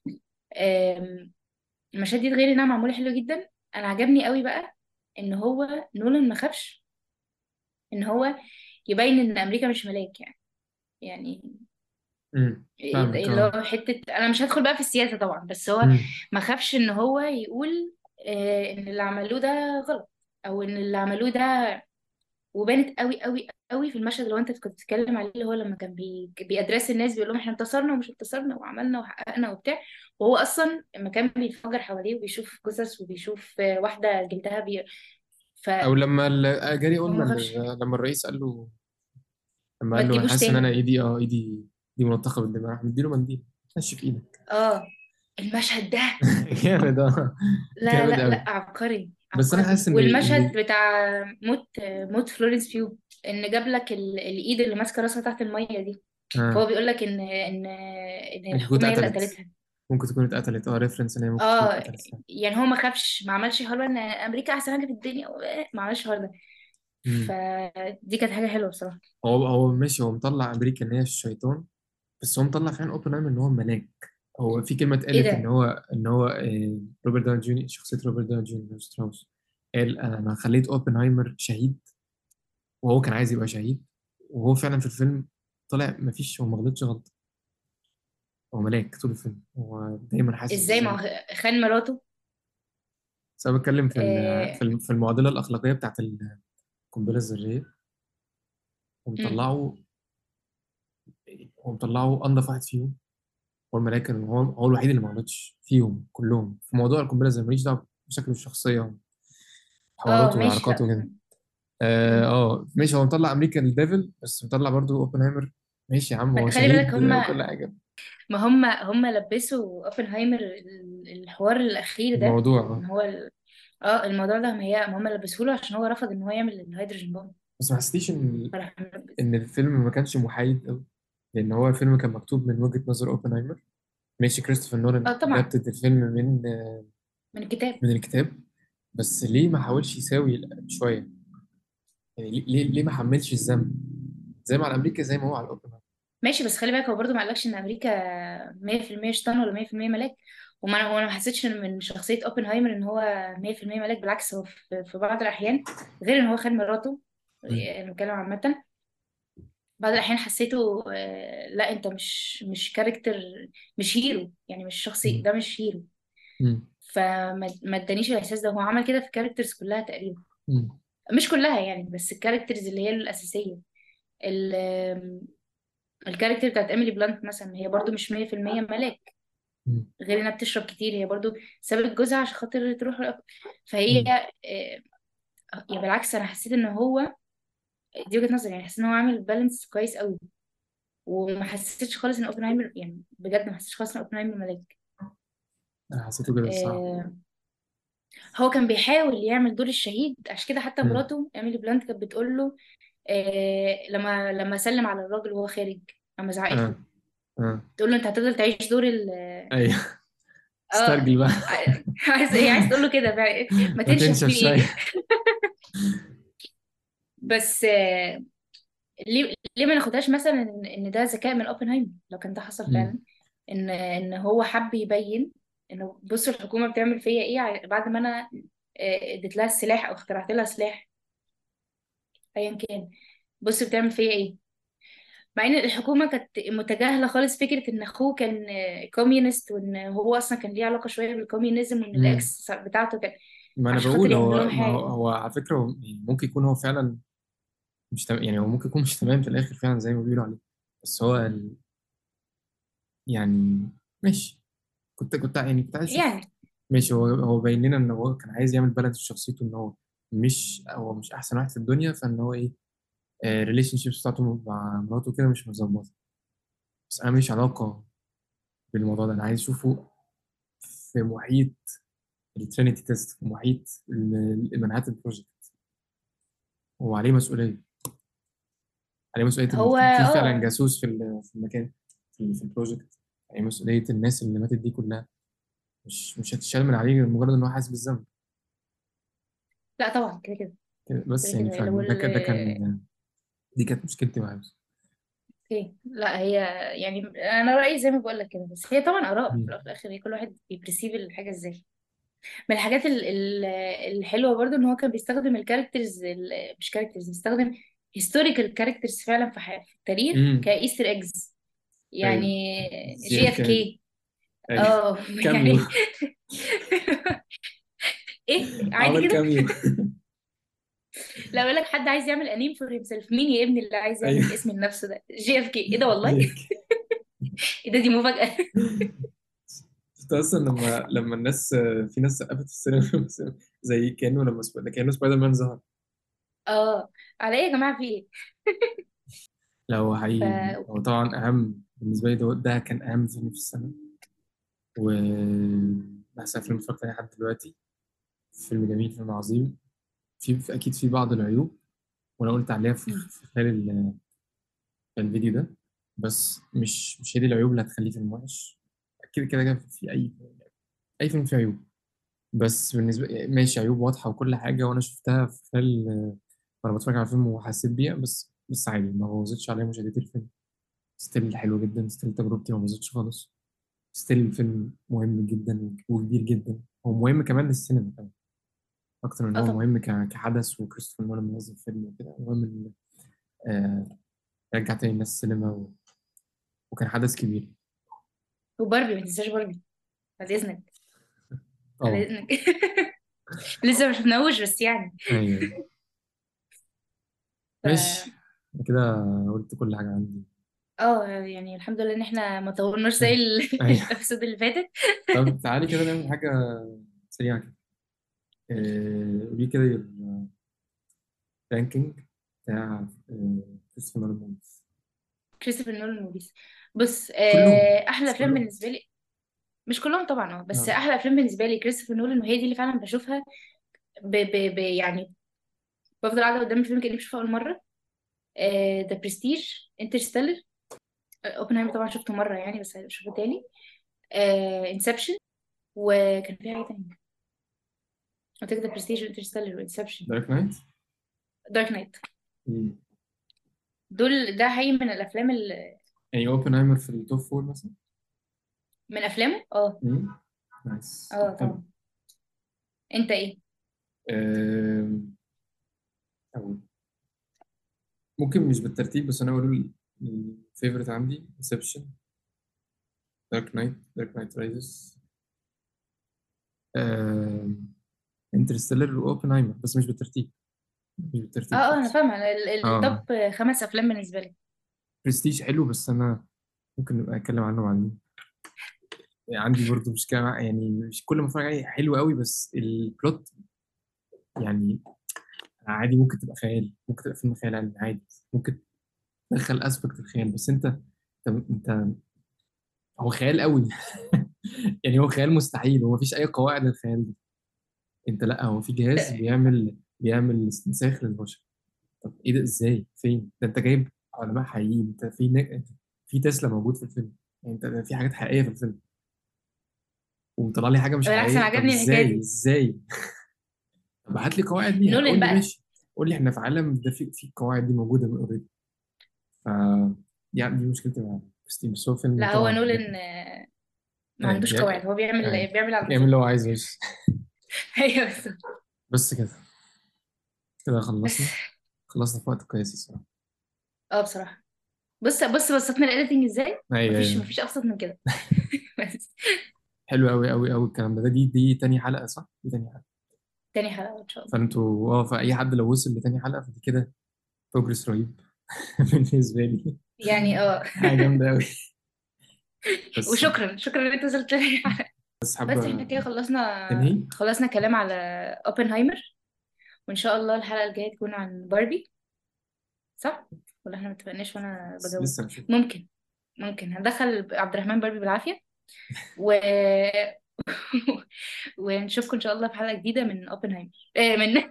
آم، المشاهد دي غير انها معمولة حلو جدا، انا عجبني قوي بقى ان هو نولان ما خافش ان هو يبين ان امريكا مش ملاك يعني فاهمك اللي اه. هو حتة. أنا مش هدخل بقى في السياسة طبعا، بس هو مم. ما خافش إن هو يقول إن اللي عملوه ده غلط، أو إن اللي عملوه ده. وبانت قوي قوي قوي في المشهد اللي هو أنت كنت بتتكلم عليه، اللي هو لما كان بيأدرس الناس بيقول لهم إحنا انتصرنا ومش انتصرنا وعملنا وحققنا وبتاع. وهو أصلا لما كان بيتفجر حواليه وبيشوف جثث وبيشوف واحدة جلدها او فهو لما جاري ما اولمان خافش. لما الرئيس قال له لما ما قال له انا تجيبوش حاسس ان انا تاني. ايدي دي ملطخه بالدماء راح مديله منديل. نشف ايدك. اه المشهد ده، جامد اه. لا جامد لا قوي. لا عبقري بس انا عبقري. حاسس ان والمشهد بتاع موت فلورنس بيو، ان جاب لك الايد اللي ماسكه راسها تحت الميه دي. فهو اه بيقول لك ان ممكن تكون الحكومه هي اللي اتقتلت. قتلتها. ممكن تكون اتقتلت ريفرنس ان هي ممكن تكون اه اتقتلت فعلا. يعني هو ما خافش، ما عملش حوار ان امريكا احسن حاجه في الدنيا ما عملش الحوار ده. مم. فدي كانت حاجه حلوه بصراحه. هو ماشي. هو مطلع امريكا ان هي الشيطان بس هو مطلع فعلا اوبنهايمر ان هو ملاك. هو في كلمه ايه اتقالت ده؟ ان هو روبرت داون جونيور شخصيه روبرت داون جونيور ستراوس قال انا خليت اوبنهايمر شهيد وهو كان عايز يبقى شهيد. وهو فعلا في الفيلم طلع مفيش. هو ما غلطش غلطه. هو ملاك طول الفيلم. هو دايما حاسس ازاي ما بالذنب. هو خان مراته؟ بس انا بتكلم آه. في المعضله الاخلاقيه بتاعت القنبله الذريه. مم. ومطلعه ومطلعه انضف واحد فيهم. هو الملاك هو الوحيد اللي ما غلطش فيهم كلهم في موضوع القنبله الذريه. ماليش دعوه بشكله الشخصيه اه وحواراته ماشي والعلاقات لا. وكده. مم. ماشي. هو مطلع امريكا الديفل بس مطلع برضو اوبنهايمر. ماشي يا عم هو خلي بالك شهيد هم، وكل حاجه. ما هم لبسوا اوبنهايمر الحوار الاخير ده، الموضوع ان هو الموضوع ده، ما هم لبسوه له عشان هو رفض ان هو يعمل الهيدروجين بومب. بس ما حسيتش فراح ملبس. ان الفيلم ما كانش محايد قوي. لان هو الفيلم كان مكتوب من وجهه نظر اوبنهايمر. ماشي كريستوفر نولان اه طبعا ادابتد الفيلم من الكتاب. من الكتاب. بس ليه ما حاولش يساوي شويه. يعني ليه ما حملش الذنب زي ما على امريكا زي ما هو على اوبنهايمر. ماشي، بس خلي بالك هو برضه ما قالكش ان امريكا 100% شيطان ولا 100% ملاك. وانا ما حسيتش إن من شخصيه اوبنهايمر ان هو 100% ملاك. بالعكس، هو في بعض الاحيان، غير ان هو خد مراته، مم. يعني بنتكلم عامه، بعض الاحيان حسيته لا انت مش كاركتر، مش هيرو، يعني مش شخصي، مم. ده مش هيرو. مم. فما ادانيش الاحساس ده. هو عمل كده في الكاركترز كلها تقريبا، مم. مش كلها يعني، بس الكاركترز اللي هي الاساسيه. ال- آم، الكاركتر بتاعت ايميلي بلانت مثلا، هي برضو مش 100% ملاك. مم. غير انها بتشرب كتير، هي برضو سابت جوزها عشان خاطر تروح فهي مم. يعني بالعكس، انا حسيت ان هو، دي وجهة نظري يعني، حسيت ان هو عامل بالانس كويس قوي. وما حسيتش خالص ان اوبنهايمر، يعني بجد ما حسيتش خالص ان اوبنهايمر ملاك. انا حسيته كده الصراحه. آه، هو كان بيحاول يعمل دور الشهيد، عشان كده حتى مم. مراته ايميلي بلانت كانت بتقول له لما سلم على الراجل وهو خارج، لما زعقت له، اه. اه. تقول له انت هتفضل تعيش دور ايوه. اه استرجل بقى. عايز تقول له كده بقى، ما ما تنشف تنشف فيه. شويه. بس ليه ما ناخدهاش مثلا ان ده ذكاء من اوبنهايمر لو كان ده حصل مم. فعلا. ان هو حب يبين انه بصوا الحكومه بتعمل فيا ايه بعد ما انا اديت لها السلاح او اخترعت لها سلاح، ايا كان. بص بتعمل فيا ايه. مع ان الحكومه كانت متجاهله خالص فكره ان اخوه كان كوميونست، وان هو اصلا كان ليه علاقه شويه بالكوميونيزم، وان مم. الاكس بتاعته كان ما انا عشان خاطر بقول يعمل هو، لهم ما هو حاجه. هو على فكره هو ممكن يكون هو فعلا مش تمام، يعني هو ممكن يكون مش تمام في الاخر فعلا زي ما بيقولوا عليه. بس هو يعني ماشي. كنت عايز اشوف. يعني ماشي، هو باين لنا ان هو كان عايز يعمل بالانس في شخصيته، ان هو مش احسن واحد في الدنيا، فان هو ايه، الريليشن شيبس بتاعته مع مراته كده مش مظبطه. بس انا ماليش علاقه بالموضوع ده، انا عايز اشوفه في محيط الترينيتي تيست، في محيط المنهاتن بروجكت. هو عليه مسؤوليه، عليه مسؤوليه ان هو في فعلا جاسوس في المكان، في البروجكت. يعني مسؤوليه الناس اللي ماتت دي كلها مش هتشال من عليه مجرد ان هو حاسس بالذنب لا طبعا كده كده. كده بس. كده يعني كده لو ده كان دي كانت مشكلتي معاه بس. اوكي. لا هي، يعني انا رايي زي ما بقول لك كده، بس هي طبعا اراء في مم. الأول وفي الاخر، هي كل واحد بيبرسيف الحاجه ازاي. من الحاجات الحلوه برضو ان هو كان بيستخدم الكاركترز، مش كاركترز، بيستخدم هيستوريكال كاركترز فعلا في التاريخ امم. كايستر ايجز يعني. ايوه. جي جي اف اف كي. كي. ايوه. اه كاميو. يعني ايه عادي عمل كده. كاميو. لو يقول لك حد عايز يعمل انيم فور هيم سيلف، مين يا ابني اللي عايز ايوه. يعمل اسم لنفسه ده؟ جي اف كي. ايه ده والله. جي اف كي. ايه ده، دي مفاجاه. شفت اصلا لما الناس، في ناس سقفت في السينما زي كانه سبايدر مان ظهر. اه، على ايه يا جماعه، في ايه؟ لا هو ف حقيقي، هو طبعا اهم بالنسبه لي، ده كان اهم فيلم في السنه، و احسن فيلم اتفرجت عليه لحد دلوقتي. فيلم جميل، فيلم عظيم. اكيد في بعض العيوب، وانا قلت عليها مم. في خلال الفيديو ده. بس مش هي دي العيوب اللي هتخليه فيلم وحش. كده في اي فيلم فيه عيوب. بس بالنسبه ماشي، عيوب واضحه وكل حاجه، وانا شفتها في خلال وانا بتفرج على الفيلم وحسيت بيها. بس عادي، ما بوظتش عليا مشاهدة الفيلم. ستيل حلو جدا، ستيل تجربتي ما بوظتش خالص. ستيل الفيلم مهم جدا وكبير جدا. هو مهم كمان للسينما كمان، اكتر من إن اه هو طبعا. مهم كحدث، وكريستوفر نولان منزل فيلم وكده. مهم إن آه، رجع تاني الناس السينما وكان حدث كبير. وباربي، ما تنساش باربي، بعد اذنك. بعد طبعا. اذنك. لسه ما شفناهوش بس يعني. ايوه. ف ماشي. أنا كده قلت كل حاجة عندي. يعني الحمد لله ان احنا ما طولناش زي ايوه. ايوه. الابسود اللي فاتت. طب تعالي كده نعمل حاجة سريعة كده. قولي كده الرانكينج بتاع كريستوفر نولان موفيز كريستوفر نولان موفيز. بص كلهم. احلى مش افلام كلهم. بالنسبه لي، مش كلهم طبعا، بس اه. احلى افلام بالنسبه لي كريستوفر نولان، وهي دي اللي فعلا بشوفها يعني بفضل قاعده قدام الفيلم كاني بشوفه اول مره. ذا برستيج، انترستيلر، اوبنهايمر طبعا شفته مره يعني، بس هشوفه تاني. انسبشن، وكان في حاجه تانية. قلت لك ذا برستيج وانترستيلر وانسبشن. دارك نايت. دارك نايت. مم. ده حقيقي من الافلام يعني اوبنهايمر في التوب فور مثلا. من افلامه. اه. مم. نايس، اه حلو. طبعا. انت ايه؟ آم، أقول. ممكن مش بالترتيب، بس انا اقول الفيفوريت عندي انسبشن، دارك نايت رايزز، انترستيلر واوبنهايمر، بس مش بالترتيب، مش اه بالترتيب اه انا خالص. فاهمه. أنا اه، التوب 5 افلام بالنسبه لي. برستيج حلو، بس انا ممكن نبقى اتكلم عنه بعدين. يعني عندي برضه مشكله يعني مش كل ما اتفرج عليه حلو قوي، بس البلوت يعني عادي، ممكن تبقى خيال، ممكن تبقى فيلم خيال علمي عادي، ممكن تدخل اسبكت الخيال، بس انت هو خيال قوي. يعني هو خيال مستحيل، هو مفيش اي قواعد للخيال ده. انت لا، هو في جهاز بيعمل استنساخ للبشر. طب ايه ده؟ ازاي؟ فين ده؟ انت جايب علماء حقيقيين، انت في تسلا موجود في الفيلم، يعني انت في حاجات حقيقيه في الفيلم، ومطلع لي حاجه مش بالعكس انا حقيقيه. طب عجبني الحكايه ازاي؟ دي. ازاي؟ طب هات لي قواعد ليها، نولان قول لي بقى. ماشي، قول لي احنا في عالم ده في القواعد دي موجوده من اوريدي. ف يعني دي مشكلتي مع ستيف، بس هو فيلم لا هو طبعا نولان عجبني. ما عندوش يعني قواعد، هو بيعمل على يعمل المزاج. اللي هو عايزه بس. ايوه بالظبط. بس كده، كده بس خلصنا في وقت كويس الصراحه. اه بصراحه، بص بسطنا الايديتنج ازاي. ايوه مفيش ايوه، مفيش ابسط من كده. بس حلو قوي قوي قوي الكلام ده. دي تاني حلقه صح؟ دي تاني حلقه. تاني حلقه ان شاء الله. فانتوا فاي حد لو وصل لتاني حلقه فدي كده بروجرس رهيب. بالنسبه لي يعني اه. حاجه جامده قوي. بس وشكرا ان انت وصلت تاني حلقه. بس بس احنا حابه كده تنهي. خلصنا كلام على اوبنهايمر. وان شاء الله الحلقه الجايه تكون عن باربي. صح ولا احنا متفقناش وانا بس بجاوب؟ لسه هنشوف. ممكن هندخل عبد الرحمن باربي بالعافيه. و ونشوفكم ان شاء الله في حلقه جديده من اوبنهايمر. من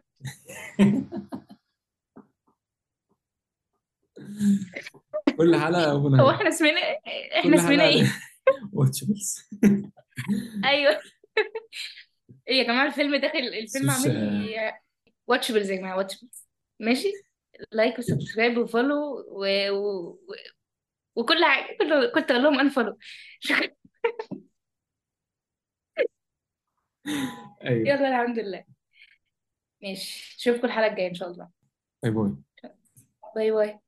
كل حلقه هو اوبنهايمر. احنا اسمنا احنا كل اسمنا حلقه ايه؟ واتشبلز. ايوه. ايه يا جماعه الفيلم داخل الفيلم بس عامل لي واتشبلز يا جماعه واتشبلز. ماشي. لايك وسبسكرايب وفولو وكل حاجه كنت اقول لهم انفولو. ايوه. يلا الحمد لله. ماشي اشوفكم الحلقه الجايه ان شاء الله. باي باي. باي باي.